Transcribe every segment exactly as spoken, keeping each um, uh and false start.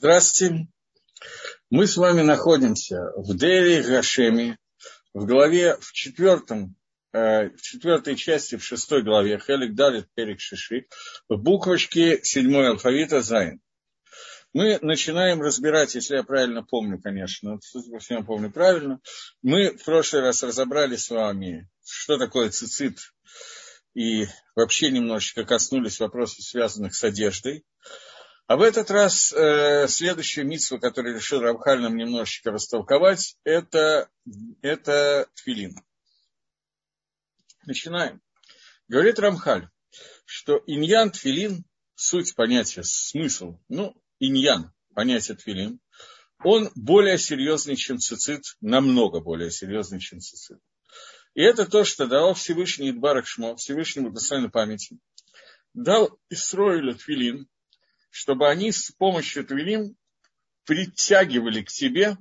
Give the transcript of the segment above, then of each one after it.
Здравствуйте. Мы с вами находимся в Дейре Гашеми, в главе, в, четвертом, э, в четвертой части, в шестой главе, Хелек Далит Перек Шиши, в буквочке седьмой алфавита Зайн. Мы начинаем разбирать, если я правильно помню, конечно, если я помню правильно, мы в прошлый раз разобрали с вами, что такое цицит, и вообще немножечко коснулись вопросов, связанных с одеждой. А в этот раз э, следующая мицва, которую решил Рамхаль нам немножечко растолковать, это, это тфилин. Начинаем. Говорит Рамхаль, что иньян тфилин, суть понятия, смысл, ну, иньян, понятие тфилин, он более серьезный, чем цицит, намного более серьезный, чем цицит. И это то, что дал Всевышний Идбарах Шмо, Всевышний благословенной памяти, дал Исроилю тфилин, чтобы они с помощью твилин притягивали к себе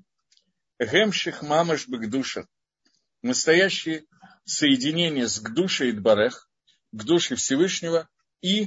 гемших мамаш бекдуша, настоящее соединение с гдушей Идбарех, к душе Всевышнего, и,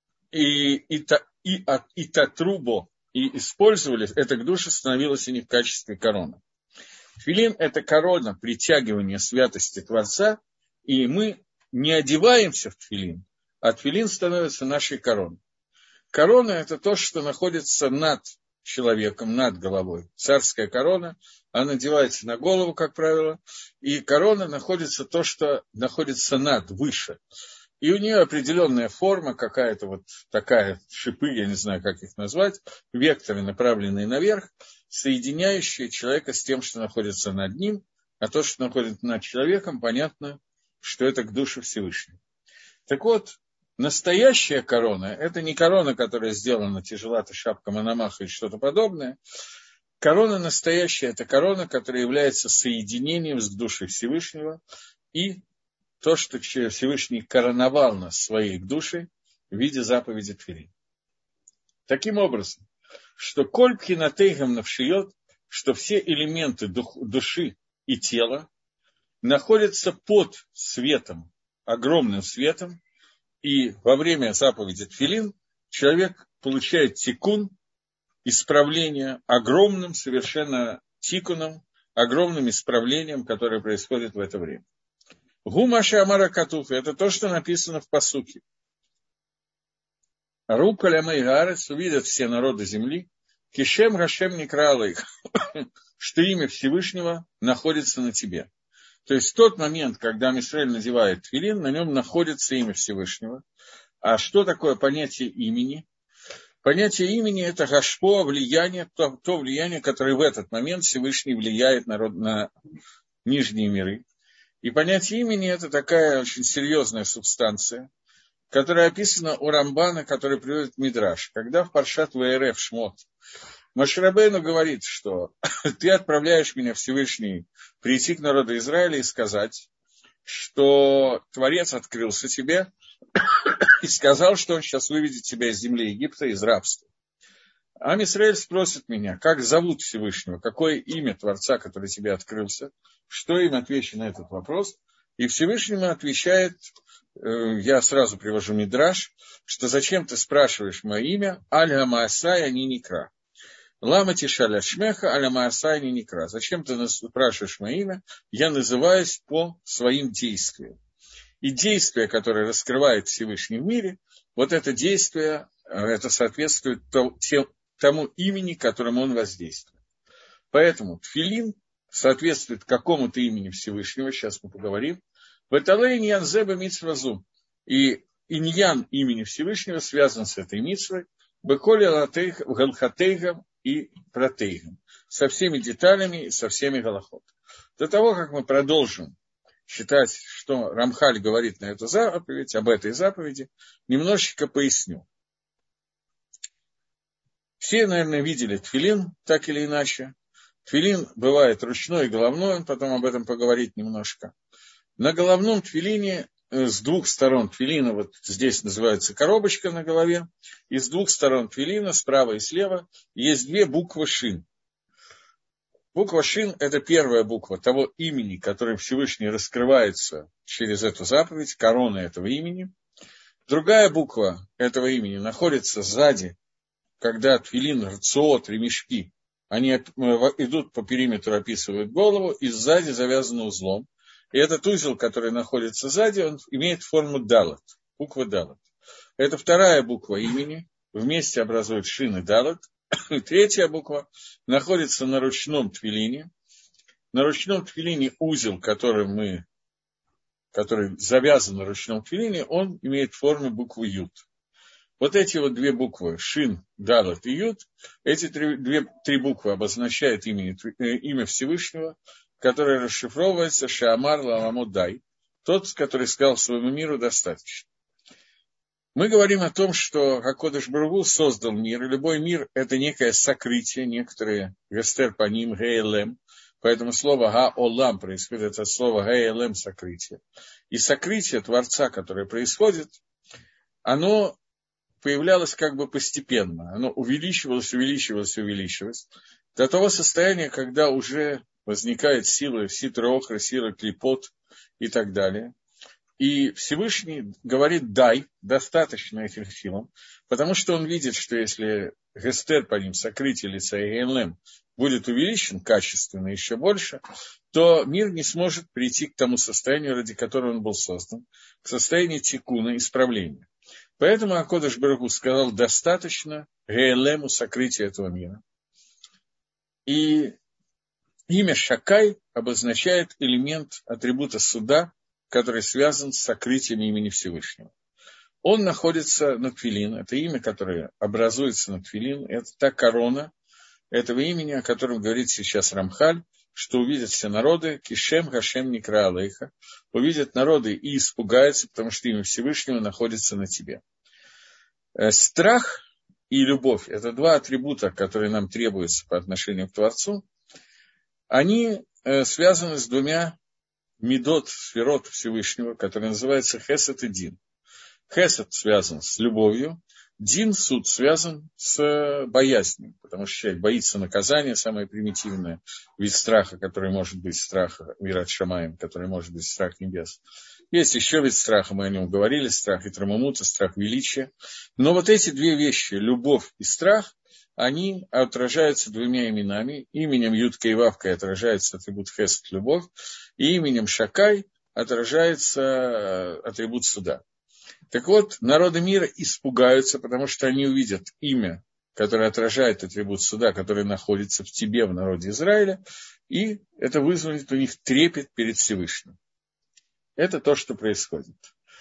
и, и, и, и, и татрубо, и использовали, эта гдуша становилась у них в качестве короны. Тфилин – это корона притягивания святости Творца, и мы не одеваемся в тфилин, а тфилин становится нашей короной. Корона – это то, что находится над человеком, над головой. Царская корона, она надевается на голову, как правило, и корона находится то, что находится над, выше. И у нее определенная форма, какая-то вот такая, шипы, я не знаю, как их назвать, векторы, направленные наверх, соединяющие человека с тем, что находится над ним, а то, что находится над человеком, понятно, что это к душе Всевышнего. Так вот, настоящая корона – это не корона, которая сделана тяжелата, шапка Мономаха и что-то подобное. Корона настоящая – это корона, которая является соединением с душой Всевышнего, и то, что Всевышний короновал нас своей душей в виде заповеди тфилин. Таким образом, что коль пхинатейгам навшиет, что все элементы дух, души и тела находятся под светом, огромным светом, и во время заповеди тфилин человек получает тикун, исправление, огромным совершенно тикуном, огромным исправлением, которое происходит в это время. Гумаша Амара Катуф – это то, что написано в пасуке. Рукаля Майгарец увидят все народы земли, Кишем Гашем Некрала их, что имя Всевышнего находится на тебе. То есть в тот момент, когда Исраэль надевает тфилин, на нем находится имя Всевышнего. А что такое понятие имени? Понятие имени – это гашпо, влияние, то, то влияние, которое в этот момент Всевышний влияет на, на нижние миры. И понятие имени – это такая очень серьезная субстанция, которая описана у Рамбана, который приводит Мидраш. Когда в Паршат Ваэреф Шмот Моше Рабейну говорит, что ты отправляешь меня, Всевышний, прийти к народу Израиля и сказать, что Творец открылся тебе и сказал, что он сейчас выведет тебя из земли Египта, из рабства. Ам Исраэль спросит меня, как зовут Всевышнего, какое имя Творца, который тебе открылся, что им отвечу на этот вопрос. И Всевышнему отвечает, я сразу привожу Мидраш, что зачем ты спрашиваешь мое имя, Аль-Га Маасай Ани Никра. Лама Тишаля Шмеха, Аля Маасай Ани Никра. Зачем ты спрашиваешь мое имя? Я называюсь по своим действиям. И действие, которое раскрывает Всевышний в мире, вот это действие, это соответствует тому имени, которому он воздействует. Поэтому тфилин соответствует какому-то имени Всевышнего, сейчас мы поговорим. Ваталей иньян зеба мицвазу. И иньян имени Всевышнего связан с этой мицвой, беколи галхатейгам и протейгам, со всеми деталями и со всеми галахот. До того, как мы продолжим считать, что Рамхаль говорит на эту заповедь, об этой заповеди, немножечко поясню. Все, наверное, видели тфилин, так или иначе. Тфилин бывает ручной и головной, он потом об этом поговорит немножко. На головном тфилине с двух сторон тфилина, вот здесь называется коробочка на голове, и с двух сторон тфилина, справа и слева, есть две буквы шин. Буква шин – это первая буква того имени, которым Всевышний раскрывается через эту заповедь, корона этого имени. Другая буква этого имени находится сзади когда тфилин, рцуот, ремешки, они идут по периметру, описывают голову, и сзади завязаны узлом. И этот узел, который находится сзади, он имеет форму далат, буква далат. Это вторая буква имени, вместе образует шин и далат. Третья буква находится на ручном тфилине. На ручном тфилине узел, который, мы, который завязан на ручном тфилине, он имеет форму буквы ют. Вот эти вот две буквы, шин, далат и ют, эти три, две, три буквы обозначают имя, имя Всевышнего, которое расшифровывается Шаамар Ламамот Дай, тот, который сказал своему миру достаточно. Мы говорим о том, что Акодыш Барух Ху создал мир, и любой мир – это некое сокрытие, некоторые гестер по ним, гейлем, поэтому слово га-олам происходит от слова гейлем – сокрытие. И сокрытие Творца, которое происходит, оно появлялось как бы постепенно, оно увеличивалось, увеличивалось, увеличивалось, до того состояния, когда уже возникает сила ситра охра, сила клипот и так далее. И Всевышний говорит «дай», достаточно этим силам, потому что он видит, что если гестер по ним, сокрытие лица и гейлем, будет увеличен качественно еще больше, то мир не сможет прийти к тому состоянию, ради которого он был создан, к состоянию тикуна, исправления. Поэтому Акодыш Барух Ху сказал «достаточно гейлему сокрытия этого мира». И имя Шакай обозначает элемент атрибута суда, который связан с сокрытием имени Всевышнего. Он находится на тфилин, это имя, которое образуется на тфилин, это та корона этого имени, о котором говорит сейчас Рамхаль, что увидят все народы, кишем гашем никра алейха, увидят народы и испугаются, потому что имя Всевышнего находится на тебе. Страх и любовь – это два атрибута, которые нам требуются по отношению к Творцу, они связаны с двумя медот, сферот Всевышнего, который называется хесед и дин. Хесед связан с любовью, дин, суд, связан с боязнью, потому что человек боится наказания, самое примитивное, вид страха, который может быть страх Вират Шамаим, который может быть страх небес. Есть еще вид страха, мы о нем говорили, страх и трамамута, страх величия. Но вот эти две вещи, любовь и страх, они отражаются двумя именами. Именем Ютка и Вавка отражается атрибут хесед, любовь, и именем Шакай отражается атрибут суда. Так вот, народы мира испугаются, потому что они увидят имя, которое отражает атрибут суда, который находится в тебе, в народе Израиля, и это вызовет у них трепет перед Всевышним. Это то, что происходит.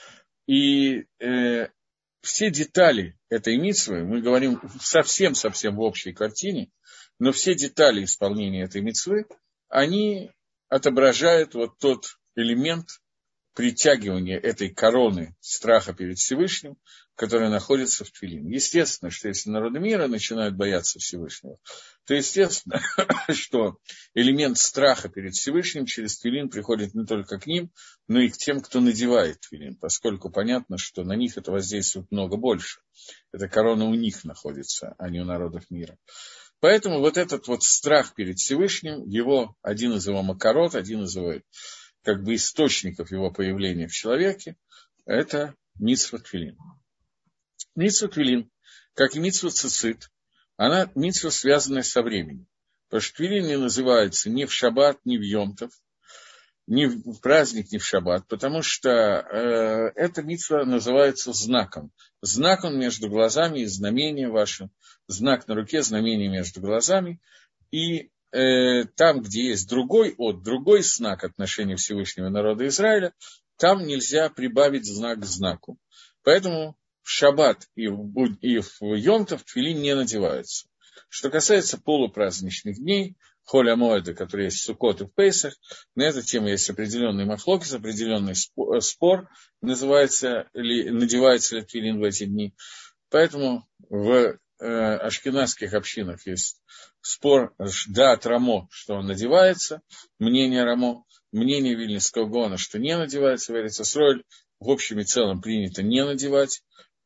И э, все детали этой мицвы, мы говорим совсем-совсем в общей картине, но все детали исполнения этой мицвы, они отображают вот тот элемент притягивания этой короны страха перед Всевышним, которая находится в тфилин. Естественно, что если народы мира начинают бояться Всевышнего, то естественно, что элемент страха перед Всевышним через тфилин приходит не только к ним, но и к тем, кто надевает тфилин, поскольку понятно, что на них это воздействует много больше. Эта корона у них находится, а не у народов мира. Поэтому вот этот вот страх перед Всевышним, его, один из его макарот, один из его как бы источников его появления в человеке, это мицва тфилин. Мицва тфилин, как и мицва цицит, она мицва, связанная со временем. Потому что тфилин не называется ни в шаббат, ни в йом-тов, ни в праздник, ни в шаббат, потому что э, эта мицва называется знаком. Знак он между глазами и знамение ваше. Знак на руке, знамение между глазами. И э, там, где есть другой от, другой знак отношения Всевышнего народа Израиля, там нельзя прибавить знак к знаку. Поэтому в шаббат и в, и в йом-тов тфилин не надеваются. Что касается полупраздничных дней, Холь а-Моэда, который есть в Суккот и в Пейсах, на эту тему есть определенный махлокис, определенный спор, называется ли, надевается ли тфилин в эти дни. Поэтому в э, ашкеназских общинах есть спор дат Рамо, что он надевается, мнение Рамо, мнение Вильнюсского Гаона, что не надевается, в Эрец Исроэль в общем и целом принято не надевать.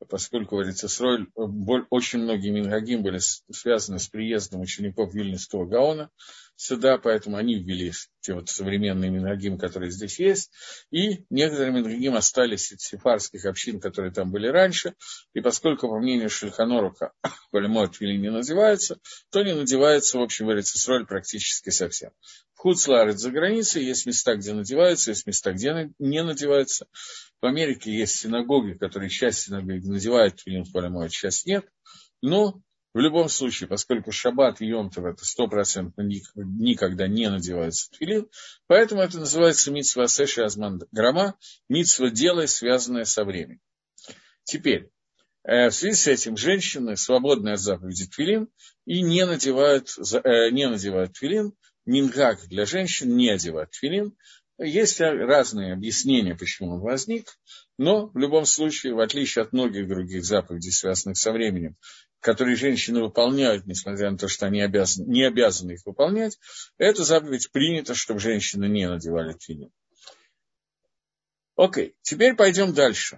поскольку в Эрец-Исроэль очень многие минхагим были связаны с приездом учеников Вильнюсского Гаона сюда, поэтому они ввели те вот современные минхагим, которые здесь есть, и некоторые минхагим остались от сефардских общин, которые там были раньше, и поскольку, по мнению Шульхан Аруха, Колемот Твилин не надевается, то не надевается, в общем, в Эрец-Исроэль практически совсем. В Хуц-Лаарец за границей есть места, где надеваются, есть места, где не надеваются. В Америке есть синагоги, которые часть синагоги надевают твилин в Колемот, часть нет, но в любом случае, поскольку шаббат и йом-тов это стопроцентно никогда не надевается твилин, поэтому это называется мицва сэши азман грама, мицва делай, связанная со временем. Теперь, в связи с этим женщины свободны от заповеди твилин и не надевают, не надевают твилин, мингаг для женщин не одевать твилин. Есть разные объяснения, почему он возник, но в любом случае, в отличие от многих других заповедей, связанных со временем, которые женщины выполняют, несмотря на то, что они обязаны, не обязаны их выполнять, эта заповедь принята, чтобы женщины не надевали твилин. Окей, теперь пойдем дальше.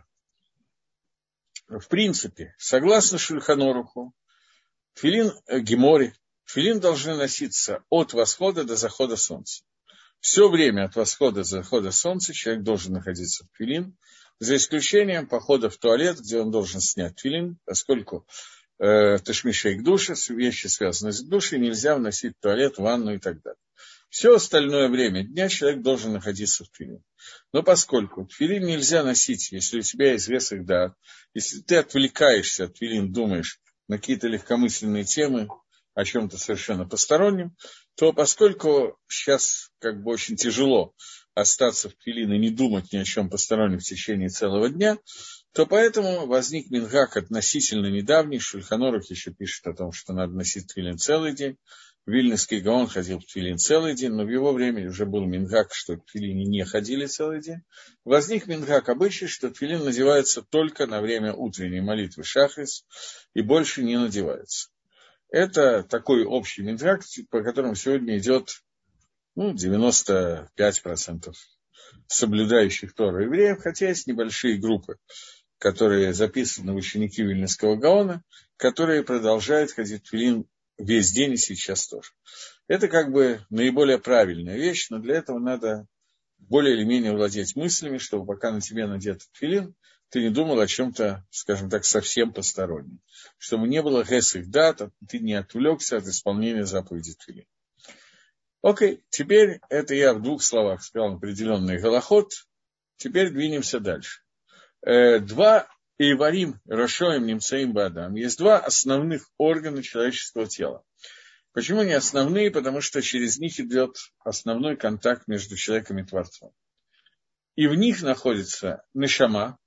В принципе, согласно Шульхан Аруху, твилин гемори, твилин должны носиться от восхода до захода солнца. Все время от восхода до захода солнца человек должен находиться в твилин, за исключением похода в туалет, где он должен снять твилин, поскольку э, ташмишей к душе, вещи, связанные с душей, нельзя вносить в туалет, ванну и так далее. Все остальное время дня человек должен находиться в твилин. Но поскольку твилин нельзя носить, если у тебя есть весах да, если ты отвлекаешься от твилин, думаешь на какие-то легкомысленные темы, о чем-то совершенно постороннем, то поскольку сейчас как бы очень тяжело остаться в твилин и не думать ни о чем постороннем в течение целого дня, то поэтому возник мингаг относительно недавний. Шульхан Арух еще пишет о том, что надо носить твилин целый день. Вильнюсский Гаон ходил в твилин целый день, но в его время уже был мингаг, что в твилине не ходили целый день. Возник мингаг обычай, что твилин надевается только на время утренней молитвы шахрис и больше не надевается. Это такой общий мингаг, по которому сегодня идет ну, девяносто пять процентов соблюдающих Тору евреев, хотя есть небольшие группы, которые записаны в ученики Вильнюсского Гаона, которые продолжают ходить в твилин весь день и сейчас тоже. Это как бы наиболее правильная вещь, но для этого надо более или менее владеть мыслями, чтобы пока на тебе надет твилин, ты не думал о чем-то, скажем так, совсем постороннем. Чтобы не было гэсых дат, ты не отвлекся от исполнения заповеди твилин. Окей, теперь это я в двух словах сказал определенный галахот. Теперь двинемся дальше. Э, два иварим, рошоим, немцаим, бадам. Есть два основных органа человеческого тела. Почему не основные? Потому что через них идет основной контакт между человеком и Творцом. И в них находится нешама,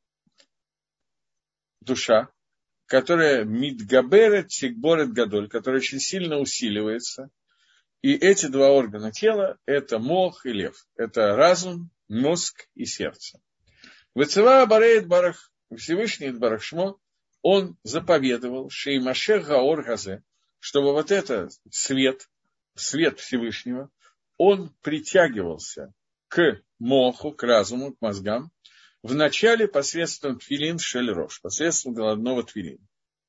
душа, которая мидгаберет, тигборет, гадоль, которая очень сильно усиливается. И эти два органа тела – это мох и лев. Это разум, мозг и сердце. Вецева бареет барах, Всевышний барах шмо, он заповедовал шеймашех гаор газе, чтобы вот этот свет, свет Всевышнего, он притягивался к моху, к разуму, к мозгам, вначале посредством твилин шель рош, посредством головного твилина.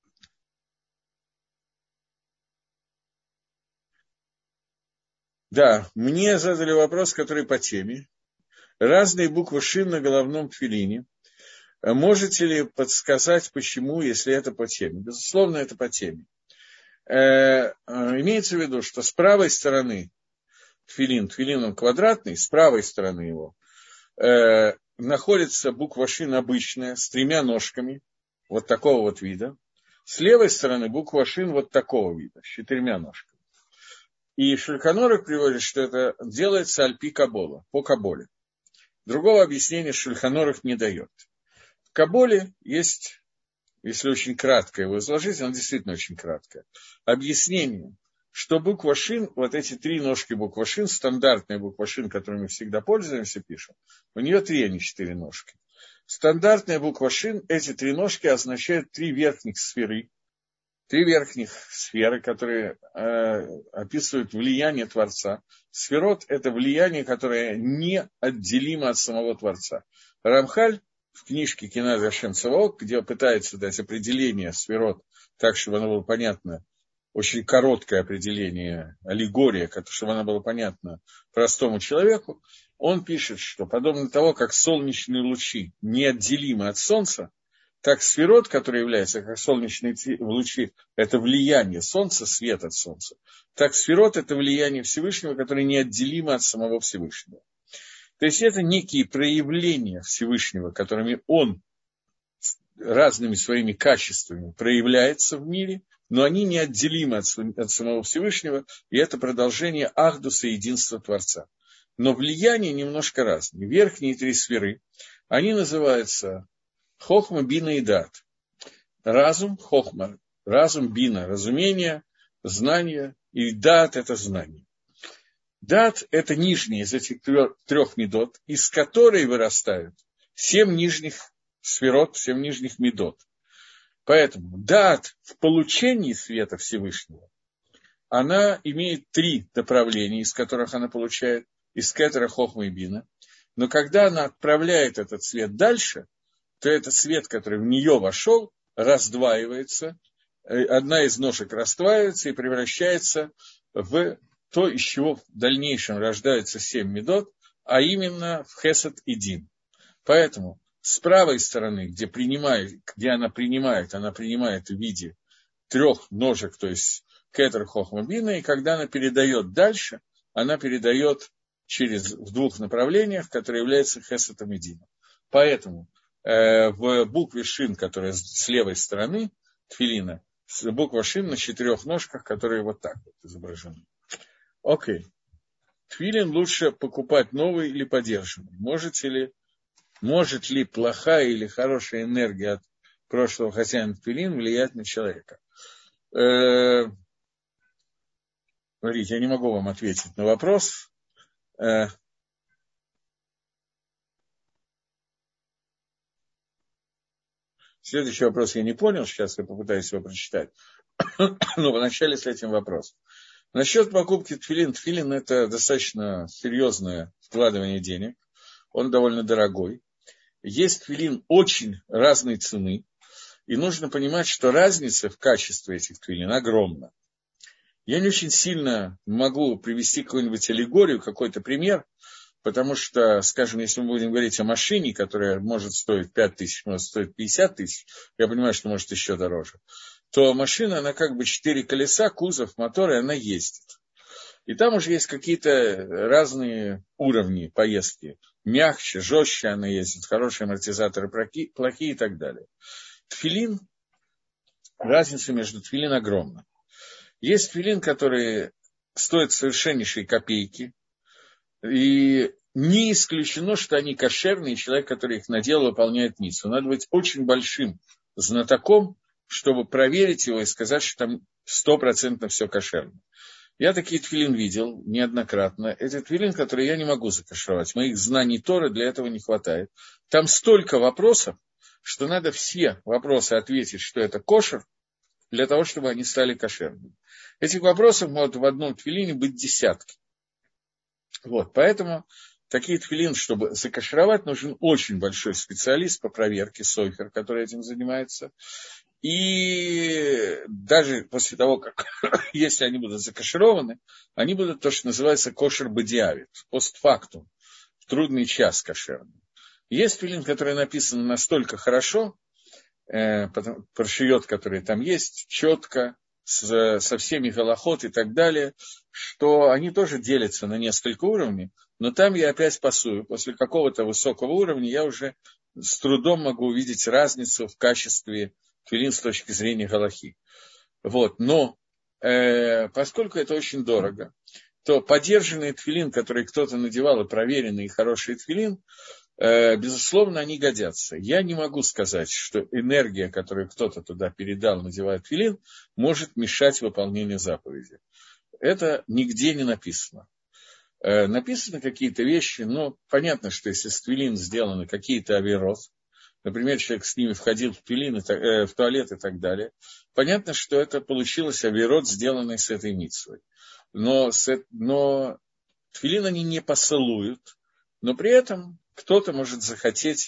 Да, мне задали вопрос, который по теме. Разные буквы шин на головном твилине. Можете ли подсказать, почему, если это по теме? Безусловно, это по теме. Э, имеется в виду, что с правой стороны твилин, твилин он квадратный, с правой стороны его э, находится буква шин обычная, с тремя ножками, вот такого вот вида. С левой стороны буква шин вот такого вида, с четырьмя ножками. И Шульхан Арух приводит, что это делается альпи кабола, по каболе. Другого объяснения Шульхан Арух не дает. В каболе есть, если очень кратко его изложить, оно действительно очень краткое, объяснение, что буква шин, вот эти три ножки буква шин, стандартная буква шин, которой мы всегда пользуемся, пишем, у нее три, а не четыре ножки. Стандартная буква шин, эти три ножки означают три верхних сферы, три верхних сферы, которые э, описывают влияние Творца. Сферот – это влияние, которое неотделимо от самого Творца. Рамхаль в книжке Киназ Ашем Цаваот, где пытается дать определение сферот так, чтобы оно было понятно, очень короткое определение, аллегория, чтобы оно было понятно простому человеку, он пишет, что подобно того, как солнечные лучи неотделимы от Солнца, так сферот, который является как солнечные лучи, это влияние Солнца, свет от Солнца, так сферот – это влияние Всевышнего, которое неотделимо от самого Всевышнего. То есть это некие проявления Всевышнего, которыми он разными своими качествами проявляется в мире, но они неотделимы от, от самого Всевышнего, и это продолжение ахдуса, единства Творца. Но влияние немножко разное. Верхние три сферы, они называются хохма, бина и дат. Разум, хохма, разум, бина, разумение, знание, и дат – это знание. Дат – это нижний из этих трех медот, из которой вырастают семь нижних сферот, семь нижних медот. Поэтому дат в получении света Всевышнего, она имеет три направления, из которых она получает, из кетера, хохма и бина. Но когда она отправляет этот свет дальше, то этот свет, который в нее вошел, раздваивается, одна из ножек раздваивается и превращается в то, из чего в дальнейшем рождаются семь медот, а именно в хесед и дин. Поэтому с правой стороны, где, принимает, где она принимает, она принимает в виде трех ножек, то есть кетер, хохма, бина, и когда она передает дальше, она передает через, в двух направлениях, которые являются хесетом и дином. Поэтому э, в букве шин, которая с левой стороны тфилина, буква шин на четырех ножках, которые вот так вот изображены. Окей. Тфилин лучше покупать новый или подержанный? Можете ли, может ли плохая или хорошая энергия от прошлого хозяина тфилин влиять на человека? Э, Смотрите, я не могу вам ответить на вопрос. Э, Следующий вопрос я не понял, сейчас я попытаюсь его прочитать. Но вначале с этим вопросом. Насчет покупки тфилин. Тфилин – это достаточно серьезное вкладывание денег. Он довольно дорогой. Есть тфилин очень разной цены. И нужно понимать, что разница в качестве этих тфилин огромна. Я не очень сильно могу привести какую-нибудь аллегорию, какой-то пример, потому что, скажем, если мы будем говорить о машине, которая может стоить пять тысяч, может стоить пятьдесят тысяч, я понимаю, что может еще дороже, то машина, она как бы четыре колеса, кузов, мотор, и она ездит. И там уже есть какие-то разные уровни поездки. Мягче, жестче она ездит, хорошие амортизаторы плохие и так далее. Тфилин, разница между тфилин огромна. Есть тфилин, которые стоят совершеннейшие копейки, и не исключено, что они кошерные, и человек, который их надел, выполняет мицву. Надо быть очень большим знатоком, чтобы проверить его и сказать, что там стопроцентно все кошерно. Я такие тфилин видел неоднократно. Это тфилин, который я не могу закашировать. Моих знаний Торы для этого не хватает. Там столько вопросов, что надо все вопросы ответить, что это кошер, для того, чтобы они стали кошерными. Этих вопросов может в одном тфилине быть десятки. Вот, поэтому такие тфилин, чтобы закашировать, нужен очень большой специалист по проверке, сойфер, который этим занимается. И даже после того, как, если они будут закашированы, они будут то, что называется кошер бадиавит, постфактум, в трудный час кошерный. Есть тфилин, который написан настолько хорошо, э, прошиот, которые там есть, четко, с, со всеми галахот и так далее, что они тоже делятся на несколько уровней, но там я опять пасую. После какого-то высокого уровня я уже с трудом могу увидеть разницу в качестве тфилин с точки зрения галахи. Вот. Но э, поскольку это очень дорого, то подержанный тфилин, который кто-то надевал, и проверенный, и хороший тфилин, э, безусловно, они годятся. Я не могу сказать, что энергия, которую кто-то туда передал, надевая тфилин, может мешать выполнению заповеди. Это нигде не написано. Э, написаны какие-то вещи, но понятно, что если с тфилин сделаны какие-то авирот, например, человек с ними входил в тфилин, э, в туалет и так далее, понятно, что это получилось авирот, сделанный с этой мицвой. Но, с, но тфилин они не посылуют, но при этом кто-то может захотеть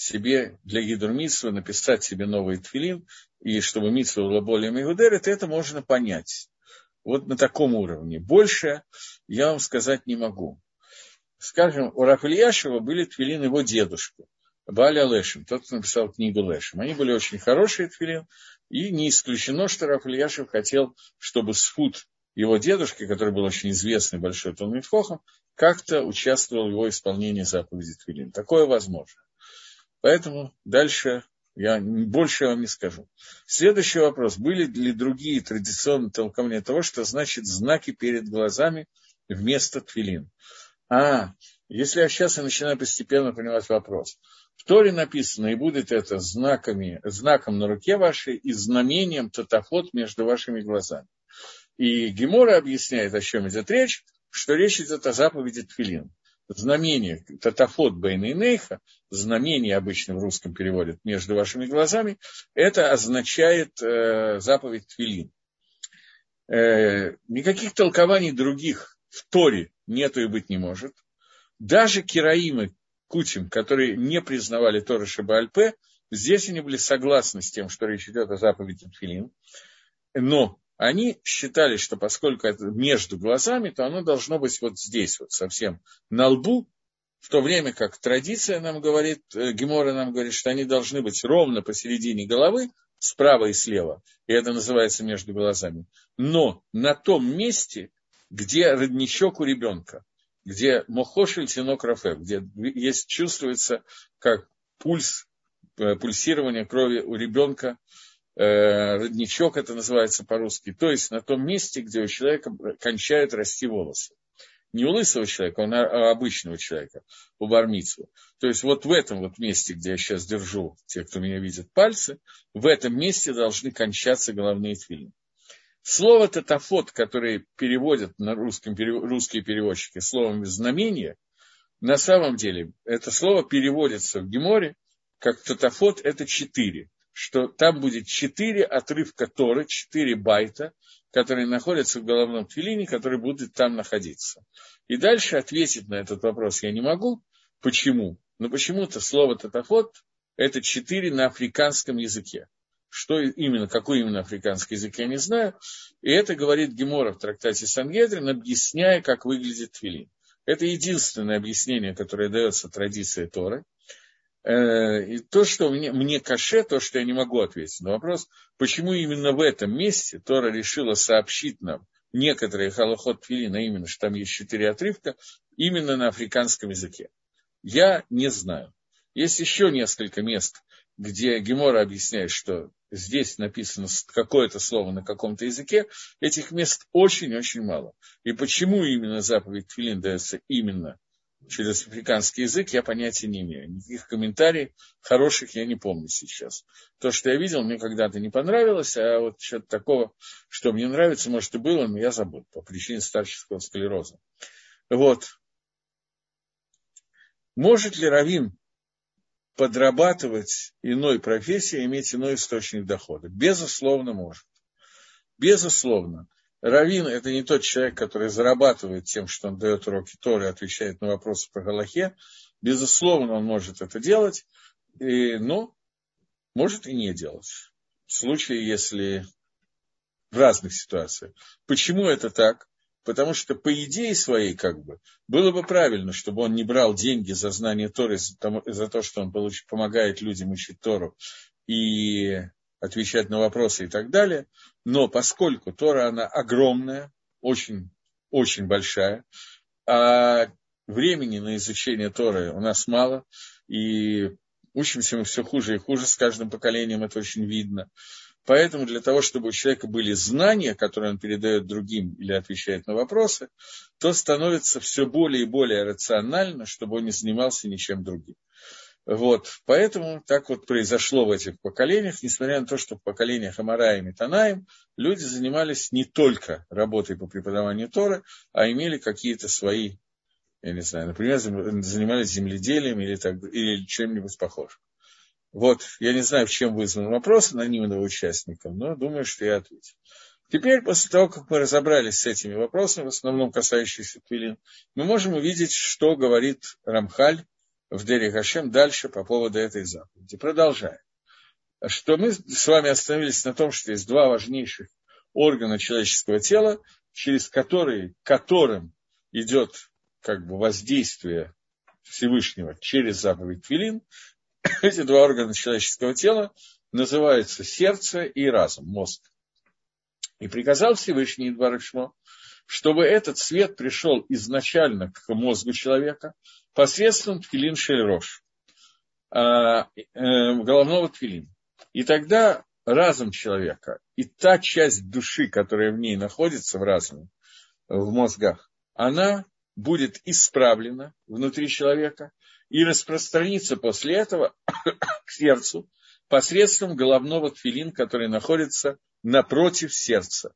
себе для гидур мицвы написать себе новый тфилин, и чтобы мицва была более мегудерет, это можно понять. Вот на таком уровне. Больше я вам сказать не могу. Скажем, у Рав Ильяшева были тфилин его дедушки, Бааля Лешем, тот, кто написал книгу Лешем. Они были очень хорошие тфилин, и не исключено, что Рав Ильяшев хотел, чтобы сфут его дедушки, который был очень известный большой Талмид Хохам, как-то участвовал в его исполнении заповеди тфилин. Такое возможно. Поэтому дальше я больше вам не скажу. Следующий вопрос. Были ли другие традиционные толкования того, что значит знаки перед глазами вместо тфилин? А, если я сейчас и начинаю постепенно понимать вопрос. В Торе написано, и будет это знаками, знаком на руке вашей и знамением тотафот между вашими глазами. И Гемора объясняет, о чем идет речь, что речь идет о заповеди тфилин. Знамение тотафот бейн нейха, знамение обычно в русском переводят между вашими глазами, это означает э, заповедь тфилин. Э, никаких толкований других в Торе нету и быть не может. Даже кераимы, кутим, которые не признавали Тору Шебааль-Пе, здесь они были согласны с тем, что речь идет о заповеди тфилин. Но они считали, что поскольку это между глазами, то оно должно быть вот здесь, вот совсем на лбу, в то время как традиция нам говорит, Гемора нам говорит, что они должны быть ровно посередине головы, справа и слева, и это называется между глазами, но на том месте, где родничок у ребенка, где мохошель тинок рафе, где есть, чувствуется как пульс, пульсирование крови у ребенка, родничок это называется по-русски, то есть на том месте, где у человека кончают расти волосы. Не у лысого человека, а у обычного человека, у бар-мицвы. То есть вот в этом вот месте, где я сейчас держу, те, кто меня видит, пальцы, в этом месте должны кончаться головные тфилин. Слово «тотафот», которое переводят на русском, русские переводчики словом «знамение», на самом деле это слово переводится в Геморе как «тотафот» – это четыре. Что там будет четыре отрывка Торы, четыре байта, которые находятся в головном тфилине, которые будут там находиться. И дальше ответить на этот вопрос я не могу. Почему? Но почему-то слово «тотафот» – это четыре на африканском языке. Что именно, какой именно африканский язык, я не знаю. И это говорит Гемора в трактате Сангедрин, объясняя, как выглядит тфилин. Это единственное объяснение, которое дается традиции Торы. И то, что мне, мне каше, то, что я не могу ответить на вопрос, почему именно в этом месте Тора решила сообщить нам некоторые халахот тфилин, а именно, что там есть четыре отрывка, именно на африканском языке. Я не знаю. Есть еще несколько мест, где Гемора объясняет, что здесь написано какое-то слово на каком-то языке. Этих мест очень-очень мало. И почему именно заповедь тфилин дается именно через африканский язык, я понятия не имею. Никаких комментариев хороших я не помню сейчас. То, что я видел, мне когда-то не понравилось, а вот что-то такого, что мне нравится, может, и было, но я забыл по причине старческого склероза. Вот. Может ли раввин подрабатывать иной профессией, иметь иной источник дохода? Безусловно, может. Безусловно. Раввин – это не тот человек, который зарабатывает тем, что он дает уроки Торы, отвечает на вопросы по галахе. Безусловно, он может это делать, и, но может и не делать. В случае, если в разных ситуациях. Почему это так? Потому что по идее своей, как бы, было бы правильно, чтобы он не брал деньги за знание Торы, за то, за то что он получ, помогает людям учить Тору и отвечать на вопросы и так далее. Но поскольку Тора, она огромная, очень, очень большая, а времени на изучение Торы у нас мало, и учимся мы все хуже и хуже, с каждым поколением это очень видно. Поэтому для того, чтобы у человека были знания, которые он передает другим или отвечает на вопросы, то становится все более и более рационально, чтобы он не занимался ничем другим. Вот, поэтому так вот произошло в этих поколениях, несмотря на то, что в поколениях Амараим и Танаим люди занимались не только работой по преподаванию Торы, а имели какие-то свои, я не знаю, например, занимались земледелием или, так, или чем-нибудь похожим. Вот, я не знаю, в чем вызван вопрос анонимного участника, но думаю, что я ответил. Теперь, после того, как мы разобрались с этими вопросами, в основном касающимися тфилин, мы можем увидеть, что говорит Рамхаль в Дери Хашем дальше по поводу этой заповеди. Продолжаем. Что мы с вами остановились на том, что есть два важнейших органа человеческого тела, через которые, которым идет как бы воздействие Всевышнего через заповедь Тфилин. Эти два органа человеческого тела называются сердце и разум, мозг. И приказал Всевышний Барух Шмо, чтобы этот свет пришел изначально к мозгу человека посредством Тфилин Шель Рош, головного тфилин. И тогда разум человека и та часть души, которая в ней находится, в разуме, в мозгах, она будет исправлена внутри человека и распространится после этого к сердцу посредством головного тфилин, который находится напротив сердца.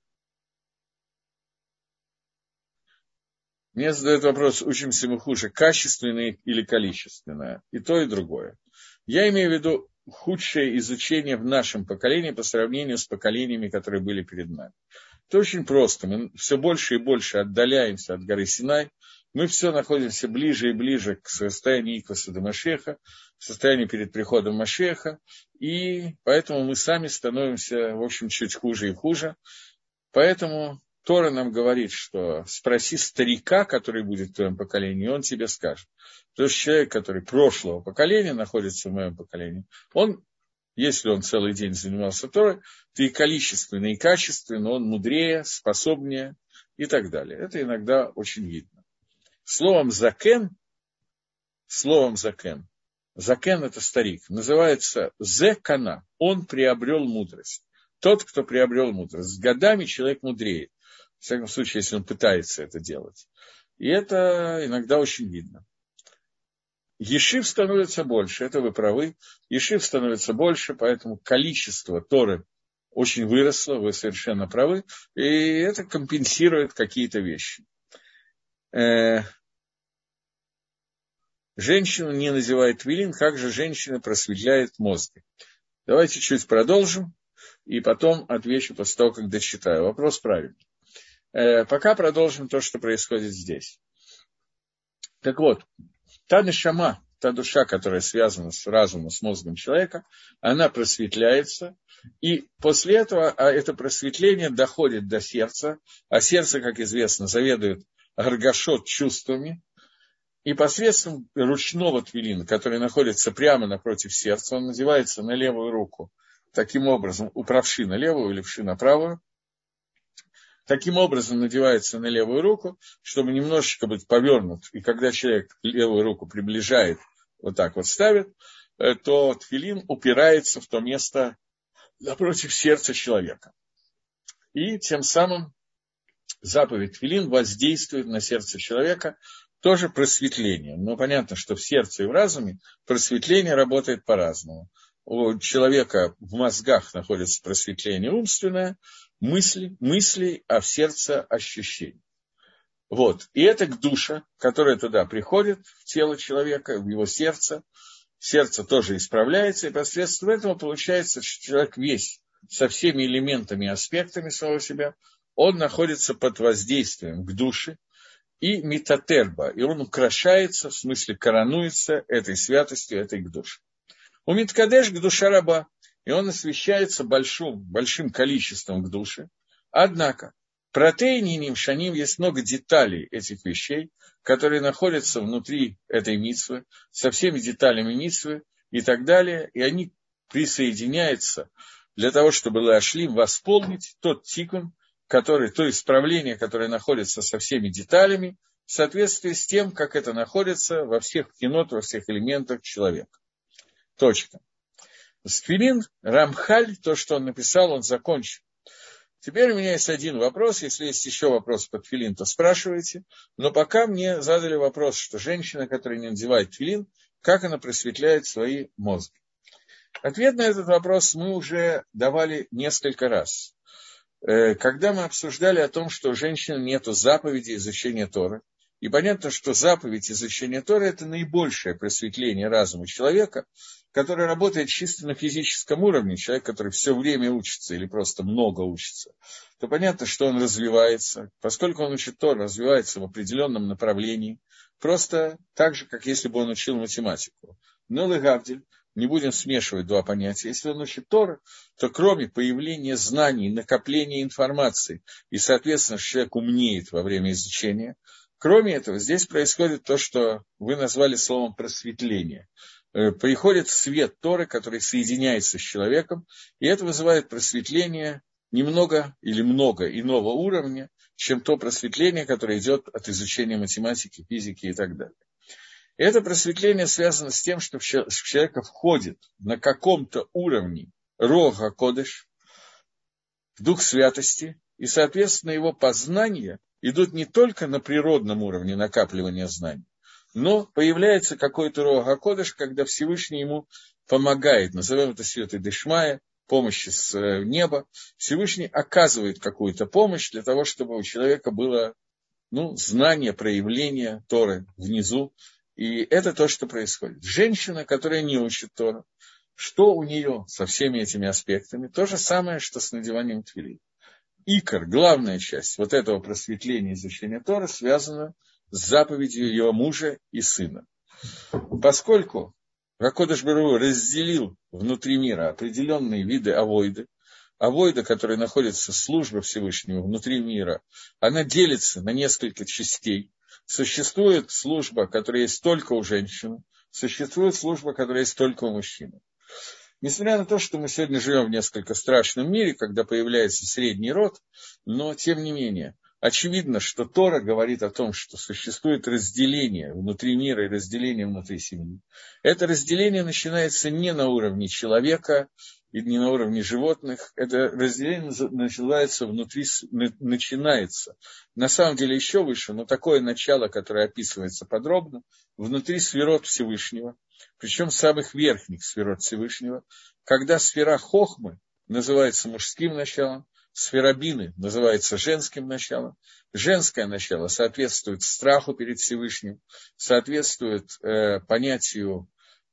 Мне задают вопрос, учимся мы хуже, качественное или количественное, и то, и другое. Я имею в виду худшее изучение в нашем поколении по сравнению с поколениями, которые были перед нами. Это очень просто. Мы все больше и больше отдаляемся от горы Синай. Мы все находимся ближе и ближе к состоянию Икваса до Машеха, к состоянию перед приходом Машеха. И поэтому мы сами становимся, в общем, чуть хуже и хуже. Поэтому Тора нам говорит, что спроси старика, который будет в твоем поколении, и он тебе скажет. Потому что человек, который прошлого поколения находится в моем поколении, он, если он целый день занимался Торой, то и количественно, и качественно он мудрее, способнее и так далее. Это иногда очень видно. Словом «закен», словом «закен», «закен» – это старик, называется «зекана», он приобрел мудрость. Тот, кто приобрел мудрость. С годами человек мудреет. В всяком случае, если он пытается это делать. И это иногда очень видно. Ешив становится больше, это вы правы. Ешив становится больше, поэтому количество Торы очень выросло, вы совершенно правы. И это компенсирует какие-то вещи. Э-э- женщину не называют твилин, как же женщина просветляет мозги. Давайте чуть продолжим, и потом отвечу после того, как дочитаю. Вопрос правильный. Э-э- пока продолжим то, что происходит здесь. Так вот. Та нешама, та душа, которая связана с разумом, с мозгом человека, она просветляется, и после этого а это просветление доходит до сердца, а сердце, как известно, заведует гаргашот чувствами, и посредством ручного твилина, который находится прямо напротив сердца, он надевается на левую руку, таким образом, у правши на левую или вши на правую, таким образом надевается на левую руку, чтобы немножечко быть повернут. И когда человек левую руку приближает, вот так вот ставит, то тфилин упирается в то место напротив сердца человека. И тем самым заповедь тфилин воздействует на сердце человека, тоже просветление. Но понятно, что в сердце и в разуме просветление работает по-разному. У человека в мозгах находится просветление умственное, мысли, мысли, а в сердце ощущения. Вот. И это к душе, которая туда приходит, в тело человека, в его сердце. Сердце тоже исправляется, и посредством этого получается, что человек весь со всеми элементами и аспектами самого себя, он находится под воздействием к душе и митатерба, и он украшается, в смысле коронуется этой святостью, этой к душе. У миткадеш к душе раба, и он освещается большим, большим количеством к душе. Однако, протеине и нимшаним есть много деталей этих вещей, которые находятся внутри этой мицвы, со всеми деталями мицвы и так далее, и они присоединяются для того, чтобы лашлим восполнить тот тикун, который, то исправление, которое находится со всеми деталями, в соответствии с тем, как это находится во всех кинот, во всех элементах человека. Точка. Тфилин, Рамхаль, то, что он написал, он закончил. Теперь у меня есть один вопрос. Если есть еще вопрос по тфилин, то спрашивайте. Но пока мне задали вопрос, что женщина, которая не надевает тфилин, как она просветляет свои мозги. Ответ на этот вопрос мы уже давали несколько раз. Когда мы обсуждали о том, что у женщин нет заповеди изучения Торы, И понятно, что заповедь изучения Торы – это наибольшее просветление разума человека, который работает чисто на физическом уровне, человек, который все время учится или просто много учится, то понятно, что он развивается, поскольку он учит Тору, развивается в определенном направлении, просто так же, как если бы он учил математику. Но легавдиль, не будем смешивать два понятия. Если он учит Тору, то кроме появления знаний, накопления информации, и, соответственно, человек умнеет во время изучения, кроме этого, здесь происходит то, что вы назвали словом просветление. Приходит свет Торы, который соединяется с человеком, и это вызывает просветление немного или много иного уровня, чем то просветление, которое идет от изучения математики, физики и так далее. И это просветление связано с тем, что в человека входит на каком-то уровне Руах ха-Кодеш, дух святости, и, соответственно, его познания идут не только на природном уровне накапливания знаний, но появляется какой-то Руах ха-Кодеш, когда Всевышний ему помогает, назовем это Сиотой Дешмая, помощи с неба. Всевышний оказывает какую-то помощь для того, чтобы у человека было ну, знание, проявление Торы внизу. И это то, что происходит. Женщина, которая не учит Тору, что у нее со всеми этими аспектами? То же самое, что с надеванием тфилин. Икор, главная часть вот этого просветления изучения Торы связана с заповедью ее мужа и сына. Поскольку ха-Кодеш Барух Ху разделил внутри мира определенные виды авойды, авойда, которая находится в службе Всевышнего внутри мира, она делится на несколько частей. Существует служба, которая есть только у женщины, существует служба, которая есть только у мужчины. Несмотря на то, что мы сегодня живем в несколько страшном мире, когда появляется средний род, но тем не менее, очевидно, что Тора говорит о том, что существует разделение внутри мира и разделение внутри семьи. Это разделение начинается не на уровне человека и не на уровне животных. Это разделение начинается внутри, начинается на самом деле еще выше, но такое начало, которое описывается подробно, внутри сферот Всевышнего, причем самых верхних сферот Всевышнего, когда сфера Хохмы называется мужским началом, сфера Бины называется женским началом, женское начало соответствует страху перед Всевышним, соответствует э, понятию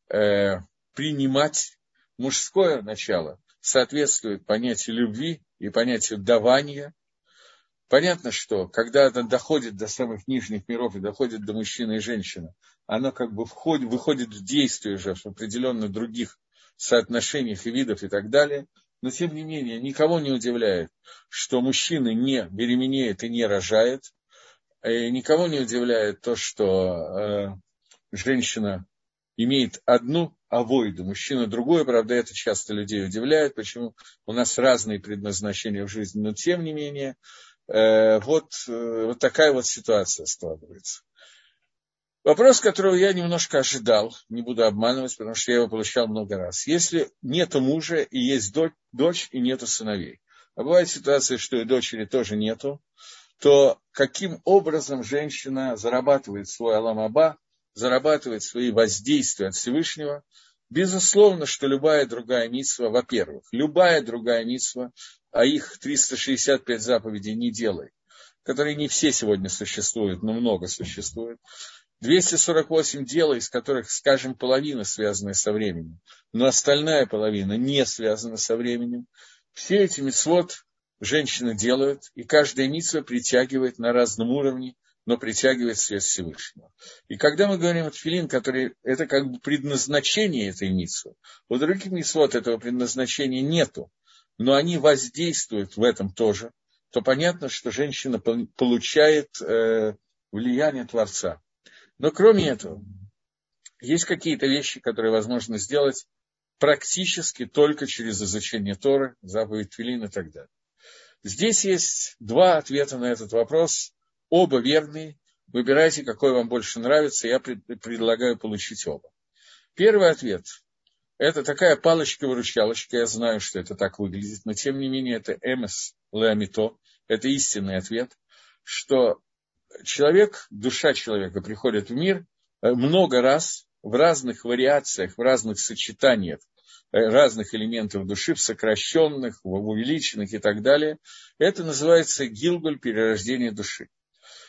э, принимать, мужское начало соответствует понятию любви и понятию давания. Понятно, что когда это доходит до самых нижних миров и доходит до мужчины и женщины, оно как бы входит, выходит в действие уже в определенных других соотношениях и видах и так далее. Но, тем не менее, никого не удивляет, что мужчина не беременеет и не рожает. И никого не удивляет то, что э, женщина имеет одну авойду, мужчина другую. Правда, это часто людей удивляет, почему у нас разные предназначения в жизни. Но, тем не менее, э, вот, э, вот такая вот ситуация складывается. Вопрос, которого я немножко ожидал, не буду обманывать, потому что я его получал много раз. Если нету мужа и есть дочь, и нету сыновей, а бывает ситуация, что и дочери тоже нету, то каким образом женщина зарабатывает свой алам аба, зарабатывает свои воздействия от Всевышнего? Безусловно, что любая другая мицва, во-первых, любая другая мицва, а их триста шестьдесят пять заповедей не делай, которые не все сегодня существуют, но много существует, двести сорок восемь дел, из которых, скажем, половина связана со временем, но остальная половина не связана со временем. Все эти мицвот женщины делают, и каждая мицва притягивает на разном уровне, но притягивает свет Всевышнего. И когда мы говорим о тфилин, который, это как бы предназначение этой мицвы, у других мицвот этого предназначения нету, но они воздействуют в этом тоже, то понятно, что женщина получает э, влияние Творца. Но кроме этого, есть какие-то вещи, которые возможно сделать практически только через изучение Торы, заповедь тфилин и так далее. Здесь есть два ответа на этот вопрос, оба верные. Выбирайте, какой вам больше нравится, я пред, предлагаю получить оба. Первый ответ – это такая палочка-выручалочка, я знаю, что это так выглядит, но тем не менее это эмес леамито, это истинный ответ, что человек, душа человека приходит в мир много раз в разных вариациях, в разных сочетаниях разных элементов души, в сокращенных, в увеличенных и так далее. Это называется гилгуль, перерождение души.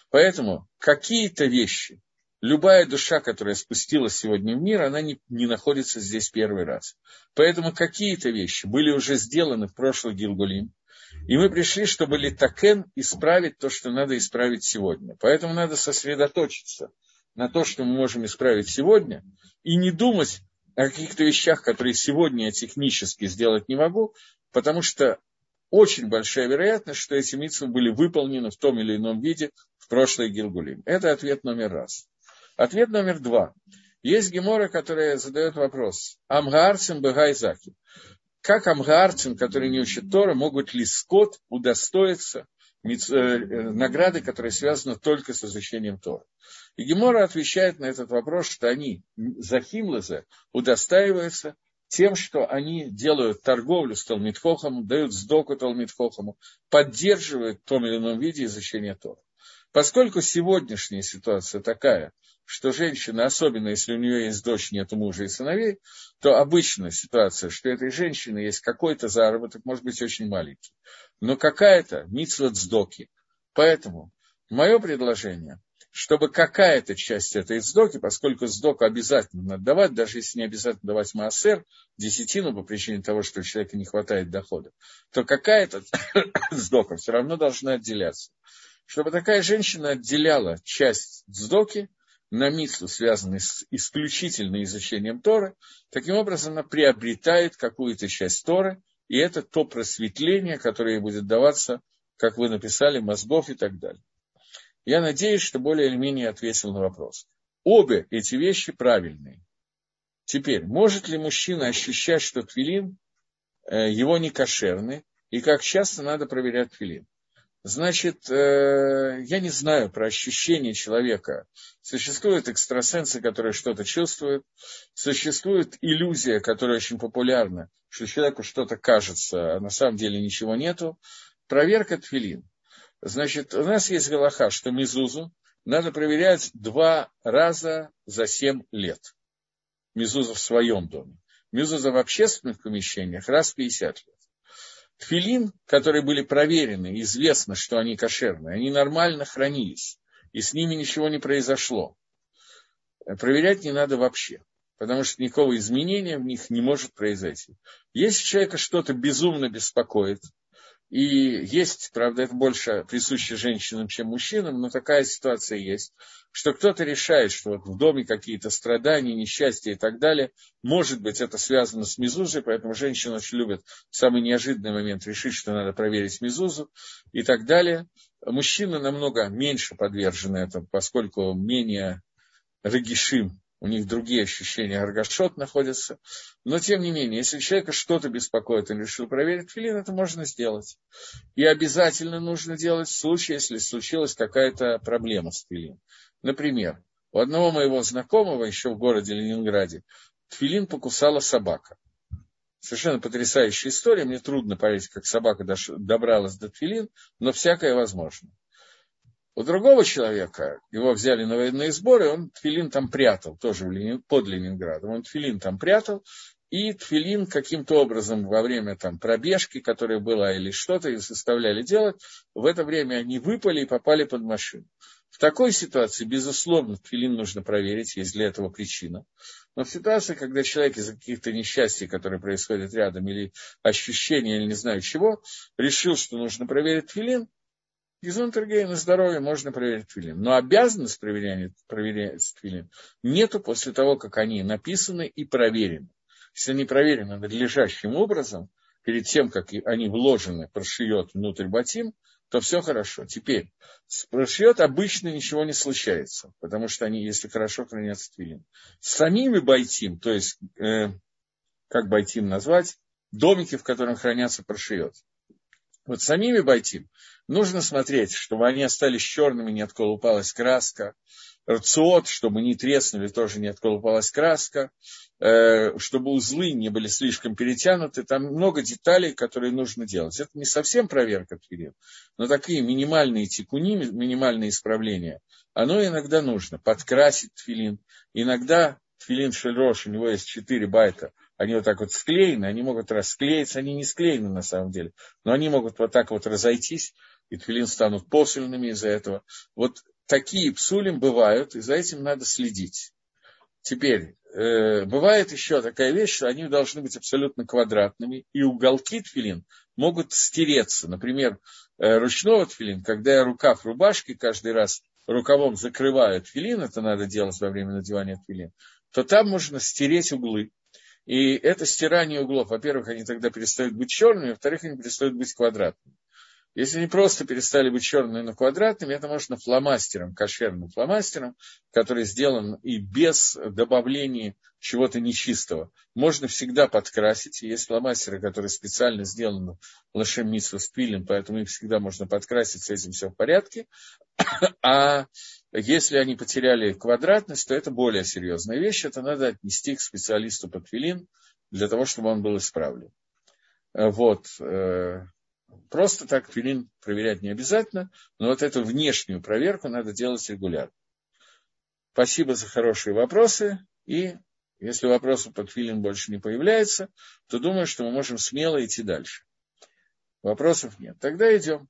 Поэтому какие-то вещи, любая душа, которая спустилась сегодня в мир, она не, не находится здесь первый раз. Поэтому какие-то вещи были уже сделаны в прошлый Гилгулим, и мы пришли, чтобы литакен исправить то, что надо исправить сегодня. Поэтому надо сосредоточиться на то, что мы можем исправить сегодня, и не думать о каких-то вещах, которые сегодня я технически сделать не могу, потому что очень большая вероятность, что эти мицвы были выполнены в том или ином виде в прошлый Гилгулим. Это ответ номер раз. Ответ номер два. Есть гемора, которая задает вопрос. Амгаарцем бегайзаки. Как амгаарцем, которые не учат Тору, могут ли скот удостоиться награды, которая связана только с изучением Торы? И гемора отвечает на этот вопрос, что они, захимлаза, удостаиваются тем, что они делают торговлю с Талмид Хохамом, дают сдоку Талмид Хохаму, поддерживают в том или ином виде изучение Торы. Поскольку сегодняшняя ситуация такая, что женщина, особенно если у нее есть дочь, нет мужа и сыновей, то обычная ситуация, что у этой женщины есть какой-то заработок, может быть, очень маленький, но какая-то мицва цдоки. Поэтому мое предложение, чтобы какая-то часть этой цдоки, поскольку цдоку обязательно надо давать, даже если не обязательно давать маасер, десятину по причине того, что у человека не хватает дохода, то какая-то цдока все равно должна отделяться. Чтобы такая женщина отделяла часть цдоки на мицву, связанную с исключительно изучением Торы, таким образом она приобретает какую-то часть Торы, и это то просветление, которое ей будет даваться, как вы написали, мозгов и так далее. Я надеюсь, что более или менее ответил на вопрос. Обе эти вещи правильные. Теперь, может ли мужчина ощущать, что тфилин э, его не кошерный, и как часто надо проверять тфилин? Значит, э, я не знаю про ощущение человека. Существуют экстрасенсы, которые что-то чувствуют. Существует иллюзия, которая очень популярна, что человеку что-то кажется, а на самом деле ничего нету. Проверка тфилин. Значит, у нас есть галаха, что мезузу надо проверять два раза за семь лет. Мезуза в своем доме. Мезуза в общественных помещениях раз в пятьдесят лет. Тфилин, которые были проверены, известно, что они кошерные, они нормально хранились, и с ними ничего не произошло. Проверять не надо вообще, потому что никакого изменения в них не может произойти. Если человека что-то безумно беспокоит, и есть, правда, это больше присуще женщинам, чем мужчинам, но такая ситуация есть, что кто-то решает, что вот в доме какие-то страдания, несчастья и так далее, может быть, это связано с мезузой, поэтому женщины очень любят в самый неожиданный момент решить, что надо проверить мезузу и так далее. Мужчины намного меньше подвержены этому, поскольку менее регишим, у них другие ощущения, аргашот находятся. Но, тем не менее, если человека что-то беспокоит, он решил проверить тфилин, это можно сделать. И обязательно нужно делать в случае, если случилась какая-то проблема с тфилин. Например, у одного моего знакомого еще в городе Ленинграде тфилин покусала собака. Совершенно потрясающая история. Мне трудно поверить, как собака добралась до тфилин, но всякое возможно. У другого человека, его взяли на военные сборы, он тфилин там прятал, тоже в Ленин, под Ленинградом. Он тфилин там прятал, и тфилин каким-то образом во время там, пробежки, которая была, или что-то, их заставляли делать, в это время они выпали и попали под машину. В такой ситуации, безусловно, тфилин нужно проверить, есть для этого причина. Но в ситуации, когда человек из-за каких-то несчастий, которые происходят рядом, или ощущения, или не знаю чего, решил, что нужно проверить тфилин, Гизунтергей на здоровье можно проверить тфилин. Но обязанность проверять, проверять тфилин нету после того, как они написаны и проверены. Если они проверены надлежащим образом, перед тем, как они вложены, прошьет внутрь ботим, то все хорошо. Теперь, с прошьет обычно ничего не случается, потому что они, если хорошо хранятся тфилин. С самими байтим, то есть, э, как байтим назвать, домики, в которых хранятся прошьет. Вот самими байтим нужно смотреть, чтобы они остались черными, не отколупалась краска. Рациот, чтобы не треснули, тоже не отколупалась краска. Э, чтобы узлы не были слишком перетянуты. Там много деталей, которые нужно делать. Это не совсем проверка тфилин, но такие минимальные тикуни, минимальные исправления, оно иногда нужно. Подкрасить тфилин. Иногда тфилин шельрош, у него есть четыре байта. Они вот так вот склеены, они могут расклеиться, они не склеены на самом деле, но они могут вот так вот разойтись, и тфилин станут посульными из-за этого. Вот такие псулим бывают, и за этим надо следить. Теперь, э, бывает еще такая вещь, что они должны быть абсолютно квадратными, и уголки тфилин могут стереться. Например, э, ручного тфилин, когда я рукав рубашки каждый раз рукавом закрываю тфилин, это надо делать во время надевания тфилин, то там можно стереть углы. И это стирание углов, во-первых, они тогда перестают быть черными, во-вторых, они перестают быть квадратными. Если они просто перестали быть черными, но квадратными, это можно фломастером, кошерным фломастером, который сделан и без добавления чего-то нечистого. Можно всегда подкрасить. Есть фломастеры, которые специально сделаны лашем мицва с пилем, поэтому их всегда можно подкрасить, с этим все в порядке. А если они потеряли квадратность, то это более серьезная вещь. Это надо отнести к специалисту по тфилин, для того, чтобы он был исправлен. Вот. Просто так тфилин проверять не обязательно, но вот эту внешнюю проверку надо делать регулярно. Спасибо за хорошие вопросы. И если вопросов по тфилин больше не появляется, то думаю, что мы можем смело идти дальше. Вопросов нет. Тогда идем.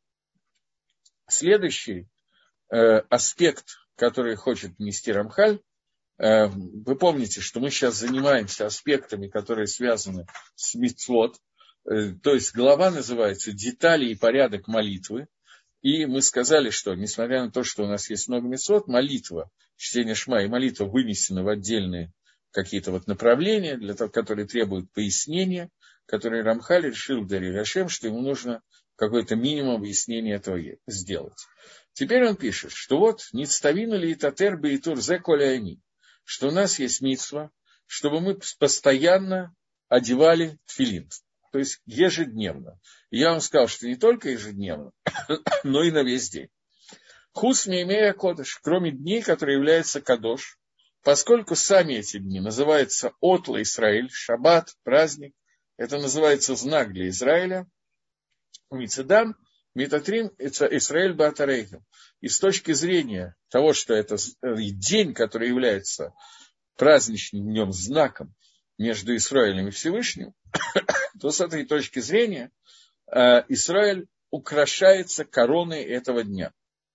Следующий э, аспект, который хочет внести Рамхаль, э, вы помните, что мы сейчас занимаемся аспектами, которые связаны с мицвот. То есть глава называется «Детали и порядок молитвы». И мы сказали, что, несмотря на то, что у нас есть много мицвот, молитва, чтение шма и молитва вынесены в отдельные какие-то вот направления, для того, которые требуют пояснения, которые Рамхаль решил Дари Гашем, что ему нужно какой-то минимум объяснения этого сделать. Теперь он пишет, что вот «Ництавину ли татер беитур зе коляйни», что у нас есть мицва, чтобы мы постоянно одевали тфилин. То есть ежедневно. И я вам сказал, что не только ежедневно, но и на весь день. Хус не имея кодыш, кроме дней, которые являются кадош, поскольку сами эти дни называются Отла Исраиль, шаббат, праздник, это называется знак для Израиля, Мицедан, Митатрим, Исраиль Баатарейхем. И с точки зрения того, что это день, который является праздничным днем, знаком между Израилем и Всевышним, то с этой точки зрения Израиль украшается короной этого дня.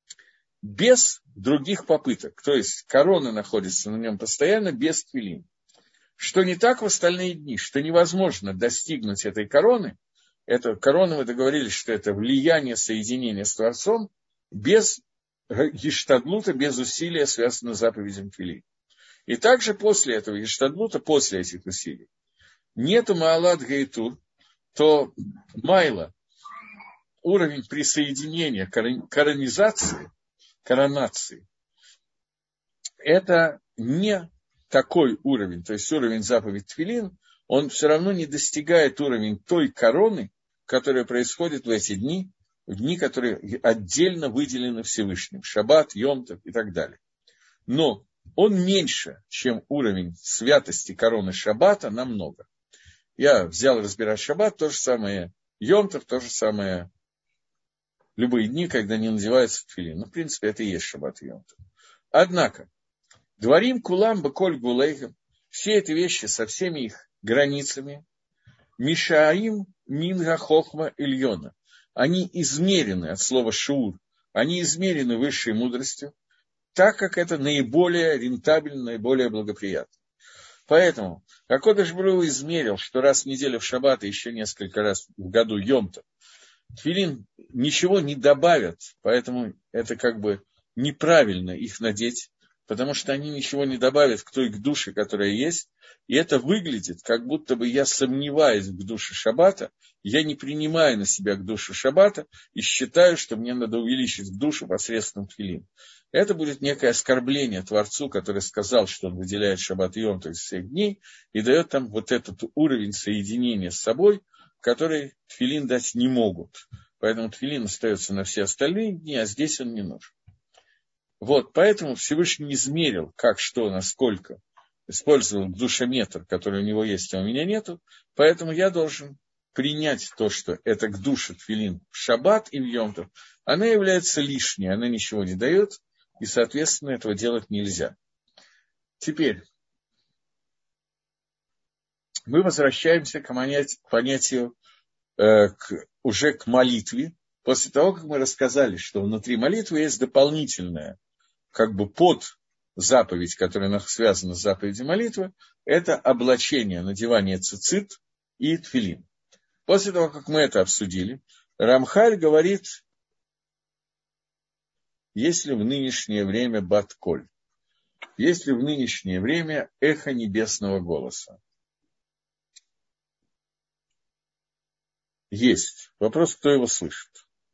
Без других попыток. То есть корона находится на нем постоянно, без тфилин. Что не так в остальные дни, что невозможно достигнуть этой короны. Эта корона, мы договорились, что это влияние соединения с Творцом, без ештадлута, без усилия, связанного с заповедью тфилин. И также после этого ештадлута, после этих усилий, нету маалат гейтур, то майла, уровень присоединения, коронизации, коронации, это не такой уровень, то есть уровень заповедь тфилин, он все равно не достигает уровень той короны, которая происходит в эти дни, в дни, которые отдельно выделены Всевышним, шаббат, йом-тов и так далее. Но он меньше, чем уровень святости короны шаббата, намного. Я взял разбирать шаббат, то же самое йом-тов, то же самое любые дни, когда не надевается тфилин. Ну, в принципе, это и есть шаббат и йом-тов. Однако, дворим кулам беколь гулейхам, все эти вещи со всеми их границами, мишаим минга хохма ильона, они измерены от слова шуур, они измерены высшей мудростью, так как это наиболее рентабельно, наиболее благоприятно. Поэтому, как Кодеш Барух измерил, что раз в неделю в шаббат и еще несколько раз в году йом-тов, тфилин ничего не добавят, поэтому это как бы неправильно их надеть, потому что они ничего не добавят к той душе, которая есть, и это выглядит, как будто бы я сомневаюсь в душе шаббата, я не принимаю на себя к душе шаббата и считаю, что мне надо увеличить душу посредством тфилин. Это будет некое оскорбление Творцу, который сказал, что он выделяет шаббат и йом, то есть всех дней, и дает там вот этот уровень соединения с собой, который тфилин дать не могут. Поэтому тфилин остается на все остальные дни, а здесь он не нужен. Вот, поэтому Всевышний измерил, как, что, насколько, использовал душеметр, который у него есть, а у меня нету, поэтому я должен принять то, что это к душе тфилин в шаббат и в йом-тов, она является лишней, она ничего не дает, и, соответственно, этого делать нельзя. Теперь мы возвращаемся к понятию, э, к, уже к молитве, после того, как мы рассказали, что внутри молитвы есть дополнительное как бы под заповедь, которая связана с заповедью молитвы, это облачение, надевание цицит и тфилин. После того, как мы это обсудили, Рамхаль говорит, есть ли в нынешнее время бат-коль, есть ли в нынешнее время эхо небесного голоса. Есть. Вопрос, кто его слышит.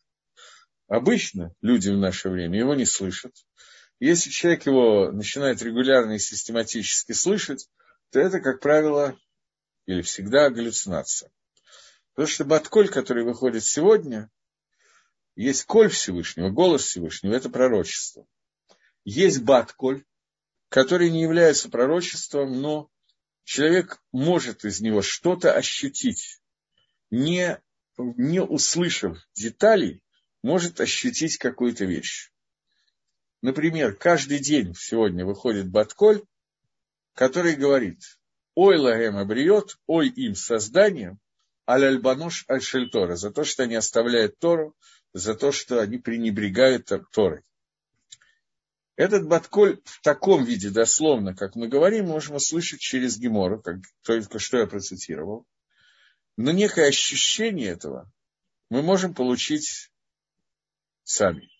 Обычно люди в наше время его не слышат. Если человек его начинает регулярно и систематически слышать, то это, как правило, или всегда галлюцинация. Потому что бат-коль, который выходит сегодня, есть коль Всевышнего, голос Всевышнего, это пророчество. Есть бат-коль, который не является пророчеством, но человек может из него что-то ощутить, не, не услышав деталей, может ощутить какую-то вещь. Например, каждый день сегодня выходит бат-коль, который говорит: «Ой лагем абриот, ой им созданием, аль-альбанош аль-шель-тора», за то, что они оставляют Тору, за то, что они пренебрегают Торой. Этот бат-коль в таком виде, дословно, как мы говорим, можем услышать через Гемору, как только что я процитировал. Но некое ощущение этого мы можем получить сами.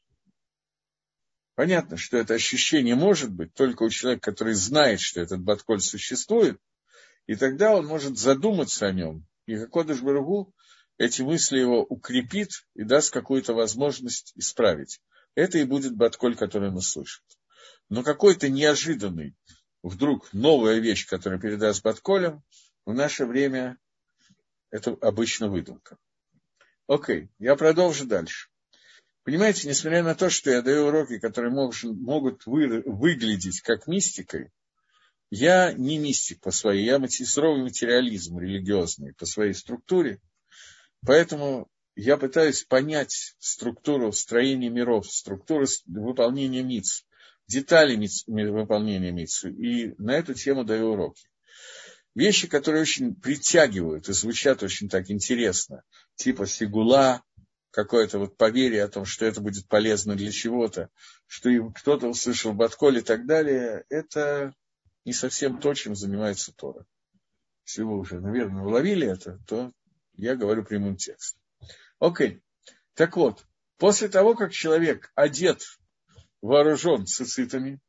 Понятно, что это ощущение может быть только у человека, который знает, что этот бат-коль существует, и тогда он может задуматься о нем, и Акодыш Барух Ху эти мысли его укрепит и даст какую-то возможность исправить. Это и будет бат-коль, который он услышит. Но какой-то неожиданный, вдруг новая вещь, которая передаст бат-колем, в наше время это обычно выдумка. Окей, я продолжу дальше. Понимаете, несмотря на то, что я даю уроки, которые могут вы, выглядеть как мистикой, я не мистик по своей, я суровый материализм религиозный по своей структуре, поэтому я пытаюсь понять структуру строения миров, структуру выполнения мицв, детали мицв, выполнения мицв, и на эту тему даю уроки. Вещи, которые очень притягивают и звучат очень так интересно, типа сигула, какое-то вот поверье о том, что это будет полезно для чего-то, что кто-то услышал бат-коль и так далее, это не совсем то, чем занимается Тора. Если вы уже, наверное, уловили это, то я говорю прямым текстом. Окей. Так вот, после того, как человек одет, вооружен цицитами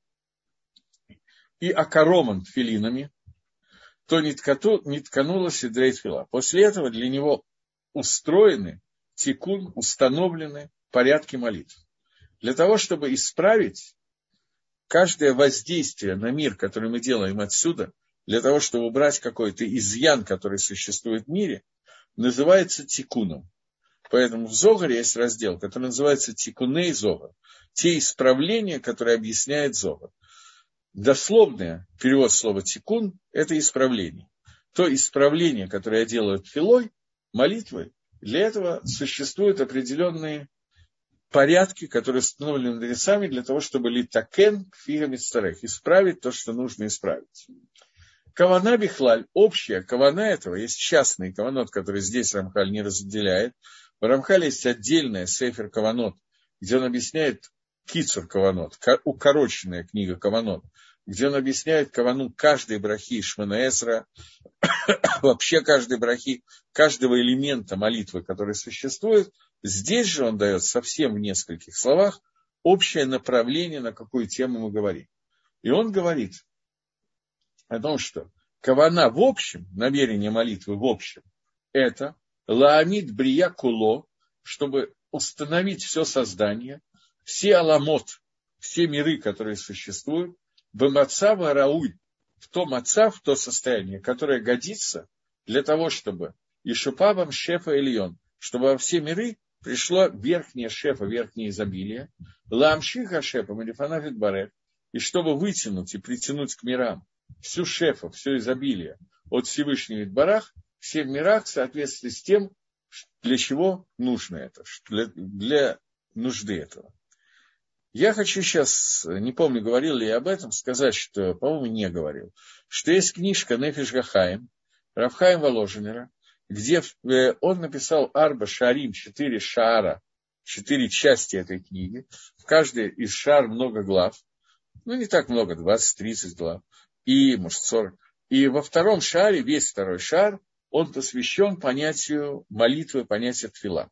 и окороман тфилинами, то не тканула седрей тфила. После этого для него устроены тикун, установлены порядки молитв. Для того, чтобы исправить каждое воздействие на мир, которое мы делаем отсюда, для того, чтобы убрать какой-то изъян, который существует в мире, называется тикуном. Поэтому в Зогаре есть раздел, который называется тикуней Зогар. Те исправления, которые объясняет Зогар. Дословный перевод слова тикун – это исправление. То исправление, которое я делаю тфилой, молитвой, для этого существуют определенные порядки, которые установлены мудрецами для того, чтобы литакен кфига мицтарех, исправить то, что нужно исправить. Кавана бихлаль, общая кавана этого, есть частный каванот, который здесь Рамхаль не разделяет. В Рамхале есть отдельная сефер каванот, где он объясняет кицур каванот, укороченная книга каванот, где он объясняет кавану каждой брахи Шмона Эсра, вообще каждой брахи, каждого элемента молитвы, который существует. Здесь же он дает совсем в нескольких словах общее направление, на какую тему мы говорим. И он говорит о том, что кавана в общем, намерение молитвы в общем, это лаамид брия куло, чтобы установить все создание, все аламот, все миры, которые существуют, бэмацава рауй, в том отца, в то состояние, которое годится для того, чтобы ишупабам шефа эльон, чтобы во все миры пришло верхнее шефа, верхнее изобилие, ламшиха шефа, малифанафит барек, и чтобы вытянуть и притянуть к мирам всю шефа, все изобилие от Всевышнего Итбарах, все в мирах в соответствии с тем, для чего нужно это, для, для нужды этого. Я хочу сейчас, не помню, говорил ли я об этом, сказать, что, по-моему, не говорил, что есть книжка Нефеш Гахаим, Рав Хаим Воложенера, где он написал Арба Шарим, четыре шаара, четыре части этой книги, в каждой из шар много глав, Ну, не так много, двадцать-тридцать глав. И, может, сорок. И во втором шаре, весь второй шар, он посвящен понятию молитвы, понятию твила.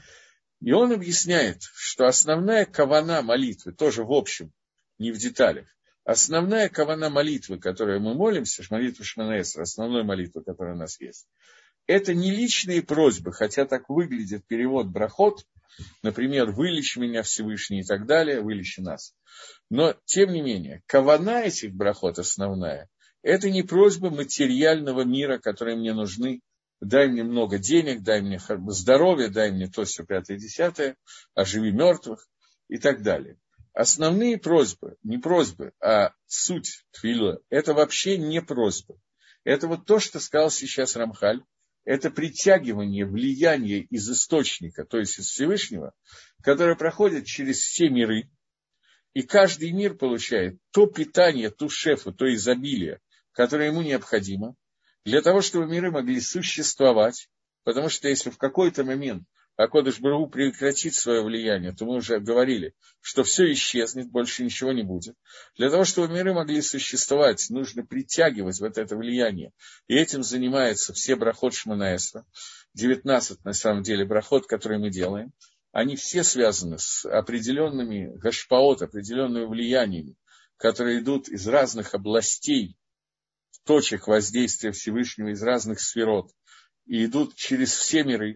И он объясняет, что основная кавана молитвы, тоже в общем, не в деталях, основная кавана молитвы, которой мы молимся, молитва Шмона Эсра, основной молитва, которая у нас есть, это не личные просьбы, хотя так выглядит перевод брахот, например, вылечи меня Всевышний и так далее, вылечи нас. Но, тем не менее, кавана этих брахот основная, это не просьбы материального мира, которые мне нужны. Дай мне много денег, дай мне здоровье, дай мне то, все пятое, десятое, оживи мертвых и так далее. Основные просьбы, не просьбы, а суть твила, это вообще не просьбы. Это вот то, что сказал сейчас Рамхаль, это притягивание влияния из источника, то есть из Всевышнего, которое проходит через все миры, и каждый мир получает то питание, ту шефу, то изобилие, которое ему необходимо, для того, чтобы миры могли существовать, потому что если в какой-то момент Акодыш Барух Ху прекратит свое влияние, то мы уже говорили, что все исчезнет, больше ничего не будет. Для того, чтобы миры могли существовать, нужно притягивать вот это влияние. И этим занимаются все брахот Шмона Эсра, девятнадцать на самом деле брахот, которые мы делаем. Они все связаны с определенными гашпаот, определенными влияниями, которые идут из разных областей, точек воздействия Всевышнего, из разных сферот, и идут через все миры.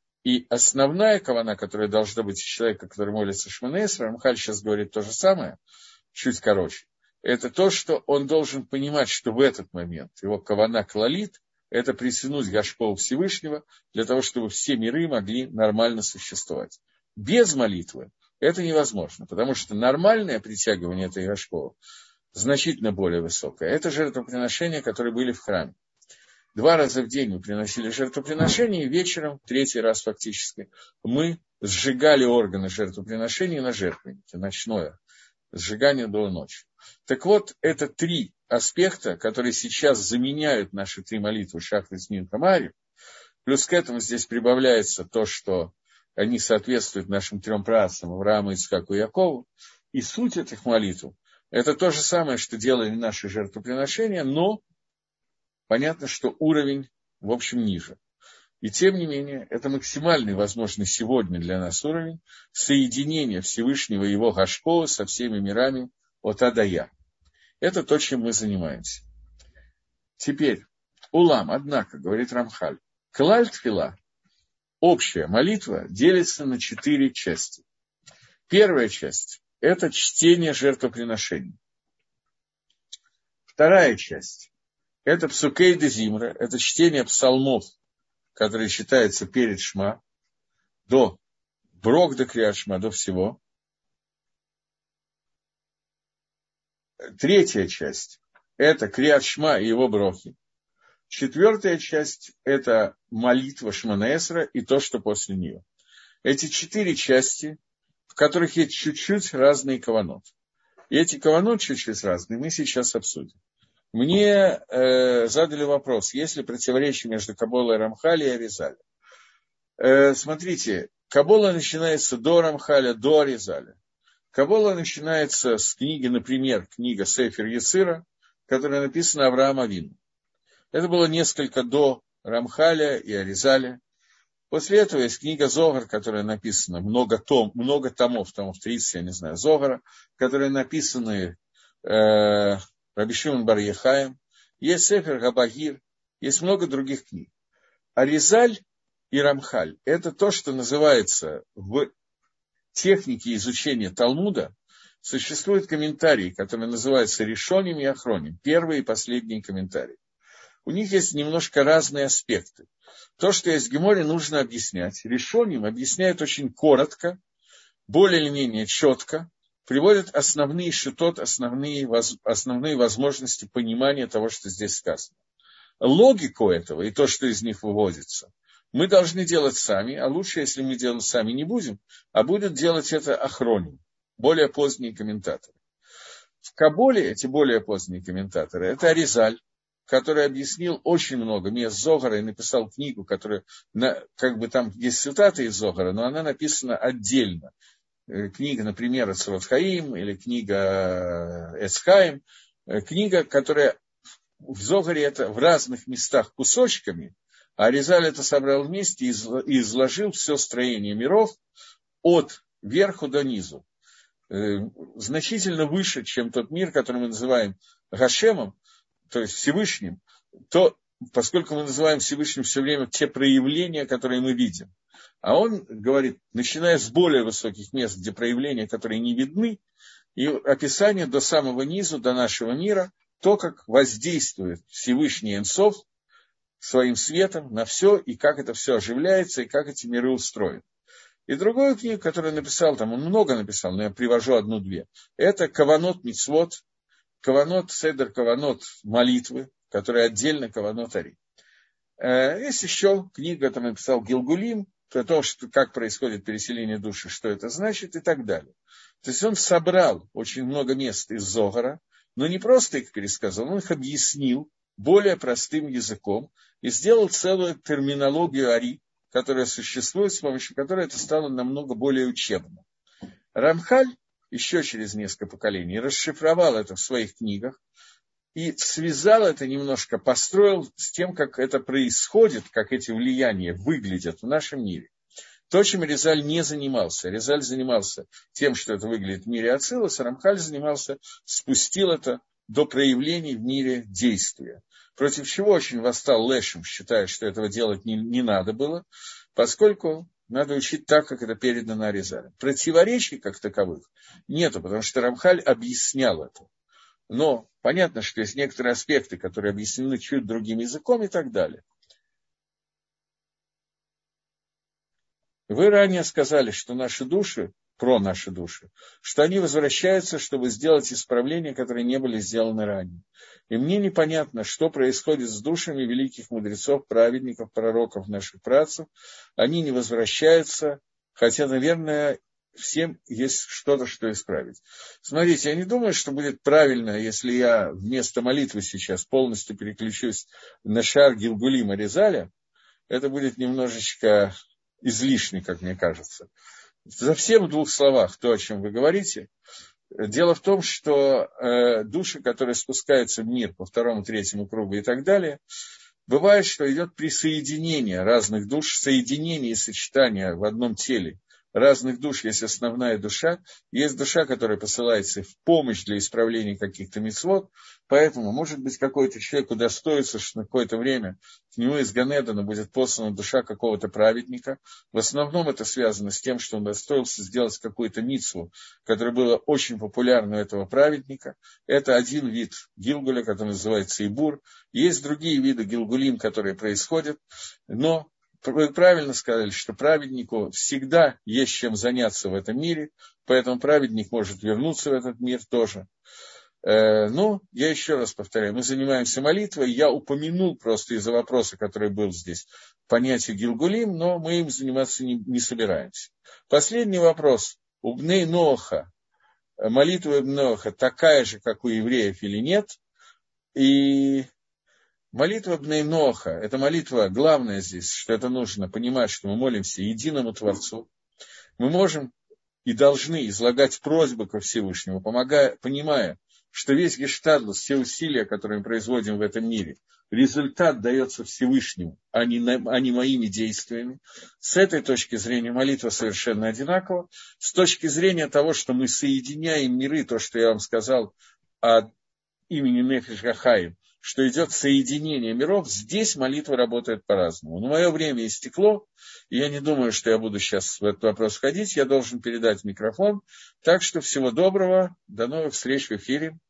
И основная кавана, которая должна быть у человека, который молится Шмона Эсра, Рамхаль сейчас говорит то же самое, чуть короче, это то, что он должен понимать, что в этот момент его кавана клалит, это притянуть Гашпо Всевышнего, для того, чтобы все миры могли нормально существовать. Без молитвы это невозможно, потому что нормальное притягивание этой Гашпо значительно более высокое. Это жертвоприношения, которые были в храме. Два раза в день мы приносили жертвоприношения, и вечером, третий раз фактически, мы сжигали органы жертвоприношений на жертвеннике, ночное сжигание до ночи. Так вот, это три аспекта, которые сейчас заменяют наши три молитвы Шахрис, Минха, Маарив. Плюс к этому здесь прибавляется то, что они соответствуют нашим трем праотцам Аврааму, Ицхаку и Якову. И суть этих молитв – это то же самое, что делали наши жертвоприношения, но понятно, что уровень, в общем, ниже. И тем не менее, это максимальный возможный сегодня для нас уровень соединения Всевышнего и его Гашпо со всеми мирами от А до Я. Это то, чем мы занимаемся. Теперь, улам, однако, говорит Рамхаль, клаль тфила, общая молитва, делится на четыре части. Первая часть – это чтение жертвоприношений. Вторая часть – это псукей де зимра, это чтение псалмов, которые читаются перед Шма, до брок до Криат Шма, до всего. Третья часть – это Криат Шма и его брохи. Четвертая часть – это молитва Шмона Эсра и то, что после нее. Эти четыре части, в которых есть чуть-чуть разные каванот. И эти каванот чуть-чуть разные мы сейчас обсудим. Мне э, задали вопрос, есть ли противоречие между Каболой Рамхали и Аризаля. Э, смотрите, Кабола начинается до Рамхаля, до Аризаля. Кабола начинается с книги, например, книга Сефер Яцира, которая написана Авраам Авину. Это было несколько до Рамхаля и Аризаля. После этого есть книга Зогар, которая написана, много, том, много томов, томов тридцать, я не знаю, Зогара, которые написаны э, Раби Шимон бар Йохаим. Есть Сефер Габагир, есть много других книг. Аризаль и Рамхаль – это то, что называется в технике изучения Талмуда, существуют комментарии, которые называются Ришоним и Ахроним, первые и последние комментарии. У них есть немножко разные аспекты. То, что есть в Геморе, нужно объяснять. Ришоним объясняет очень коротко, более или менее четко, приводит основные шитот, основные, основные возможности понимания того, что здесь сказано. Логику этого и то, что из них выводится, мы должны делать сами, а лучше, если мы делать сами не будем, а будут делать это ахроним, более поздние комментаторы. В Каболе эти более поздние комментаторы – это Аризаль, который объяснил очень много мест Зогара и написал книгу, которая, как бы там есть цитаты из Зогара, но она написана отдельно. книга, например, Ацорот Хаим или книга Эцхаим, книга, которая в Зогаре это в разных местах кусочками, а Аризаль это собрал вместе и изложил все строение миров от верху до низу. Значительно выше, чем тот мир, который мы называем Гашемом, то есть Всевышним, то, поскольку мы называем Всевышним все время те проявления, которые мы видим. А он говорит, начиная с более высоких мест, где проявления, которые не видны, и описание до самого низу, до нашего мира, то, как воздействует Всевышний Эйн Соф своим светом на все, и как это все оживляется, и как эти миры устроены. И другую книгу, которую написал, там он много написал, но я привожу одну-две, это Каванот Мицвот, Каванот, Седер Каванот молитвы, которые отдельно Каванот Ари. Есть еще книга, которую написал Гилгулим, про то, что, как происходит переселение души, что это значит и так далее. То есть он собрал очень много мест из Зогара, но не просто их пересказал, он их объяснил более простым языком и сделал целую терминологию Ари, которая существует, с помощью которой это стало намного более учебным. Рамхаль еще через несколько поколений расшифровал это в своих книгах и связал это немножко, построил с тем, как это происходит, как эти влияния выглядят в нашем мире. То, чем Аризаль не занимался. Аризаль занимался тем, что это выглядит в мире Ацилус, а Рамхаль занимался, спустил это до проявлений в мире действия. Против чего очень восстал Лешем, считая, что этого делать не, не надо было, поскольку надо учить так, как это передано Аризалем. Противоречий как таковых нету, потому что Рамхаль объяснял это. Но понятно, что есть некоторые аспекты, которые объяснены чуть другим языком и так далее. Вы ранее сказали, что наши души, про наши души, что они возвращаются, чтобы сделать исправления, которые не были сделаны ранее. И мне непонятно, что происходит с душами великих мудрецов, праведников, пророков, наших працев. Они не возвращаются, хотя, наверное, всем есть что-то, что исправить. Смотрите, я не думаю, что будет правильно, если я вместо молитвы сейчас полностью переключусь на шар Гилгулим Аризаля. Это будет немножечко излишне, как мне кажется. Совсем в двух словах то, о чем вы говорите. Дело в том, что э, души, которые спускаются в мир по второму, третьему кругу и так далее, бывает, что идет присоединение разных душ, соединение и сочетание в одном теле разных душ. Есть основная душа, есть душа, которая посылается в помощь для исправления каких-то мицвот, поэтому, может быть, какой-то человек удостоится, что на какое-то время к нему из Ганедана будет послана душа какого-то праведника. В основном это связано с тем, что он удостоился сделать какую-то мицву, которая была очень популярна у этого праведника. Это один вид Гилгуля, который называется Ибур. Есть другие виды Гилгулим, которые происходят, но вы правильно сказали, что праведнику всегда есть чем заняться в этом мире, поэтому праведник может вернуться в этот мир тоже. Э, но я еще раз повторяю, мы занимаемся молитвой, я упомянул просто из-за вопроса, который был здесь, понятие Гилгулим, но мы им заниматься не, не собираемся. Последний вопрос. У Бней Ноаха, молитва Бней Ноаха такая же, как у евреев или нет? И молитва Бней Ноаха, это молитва, главное здесь, что это нужно понимать, что мы молимся единому Творцу. Мы можем и должны излагать просьбы ко Всевышнему, помогая, понимая, что весь гештадлус, все усилия, которые мы производим в этом мире, результат дается Всевышнему, а не, а не моими действиями. С этой точки зрения молитва совершенно одинакова. С точки зрения того, что мы соединяем миры, то, что я вам сказал от имени Нефеш Гахаим, что идет соединение миров, здесь молитва работает по-разному. Но мое время истекло, и я не думаю, что я буду сейчас в этот вопрос входить. Я должен передать микрофон. Так что всего доброго, до новых встреч в эфире.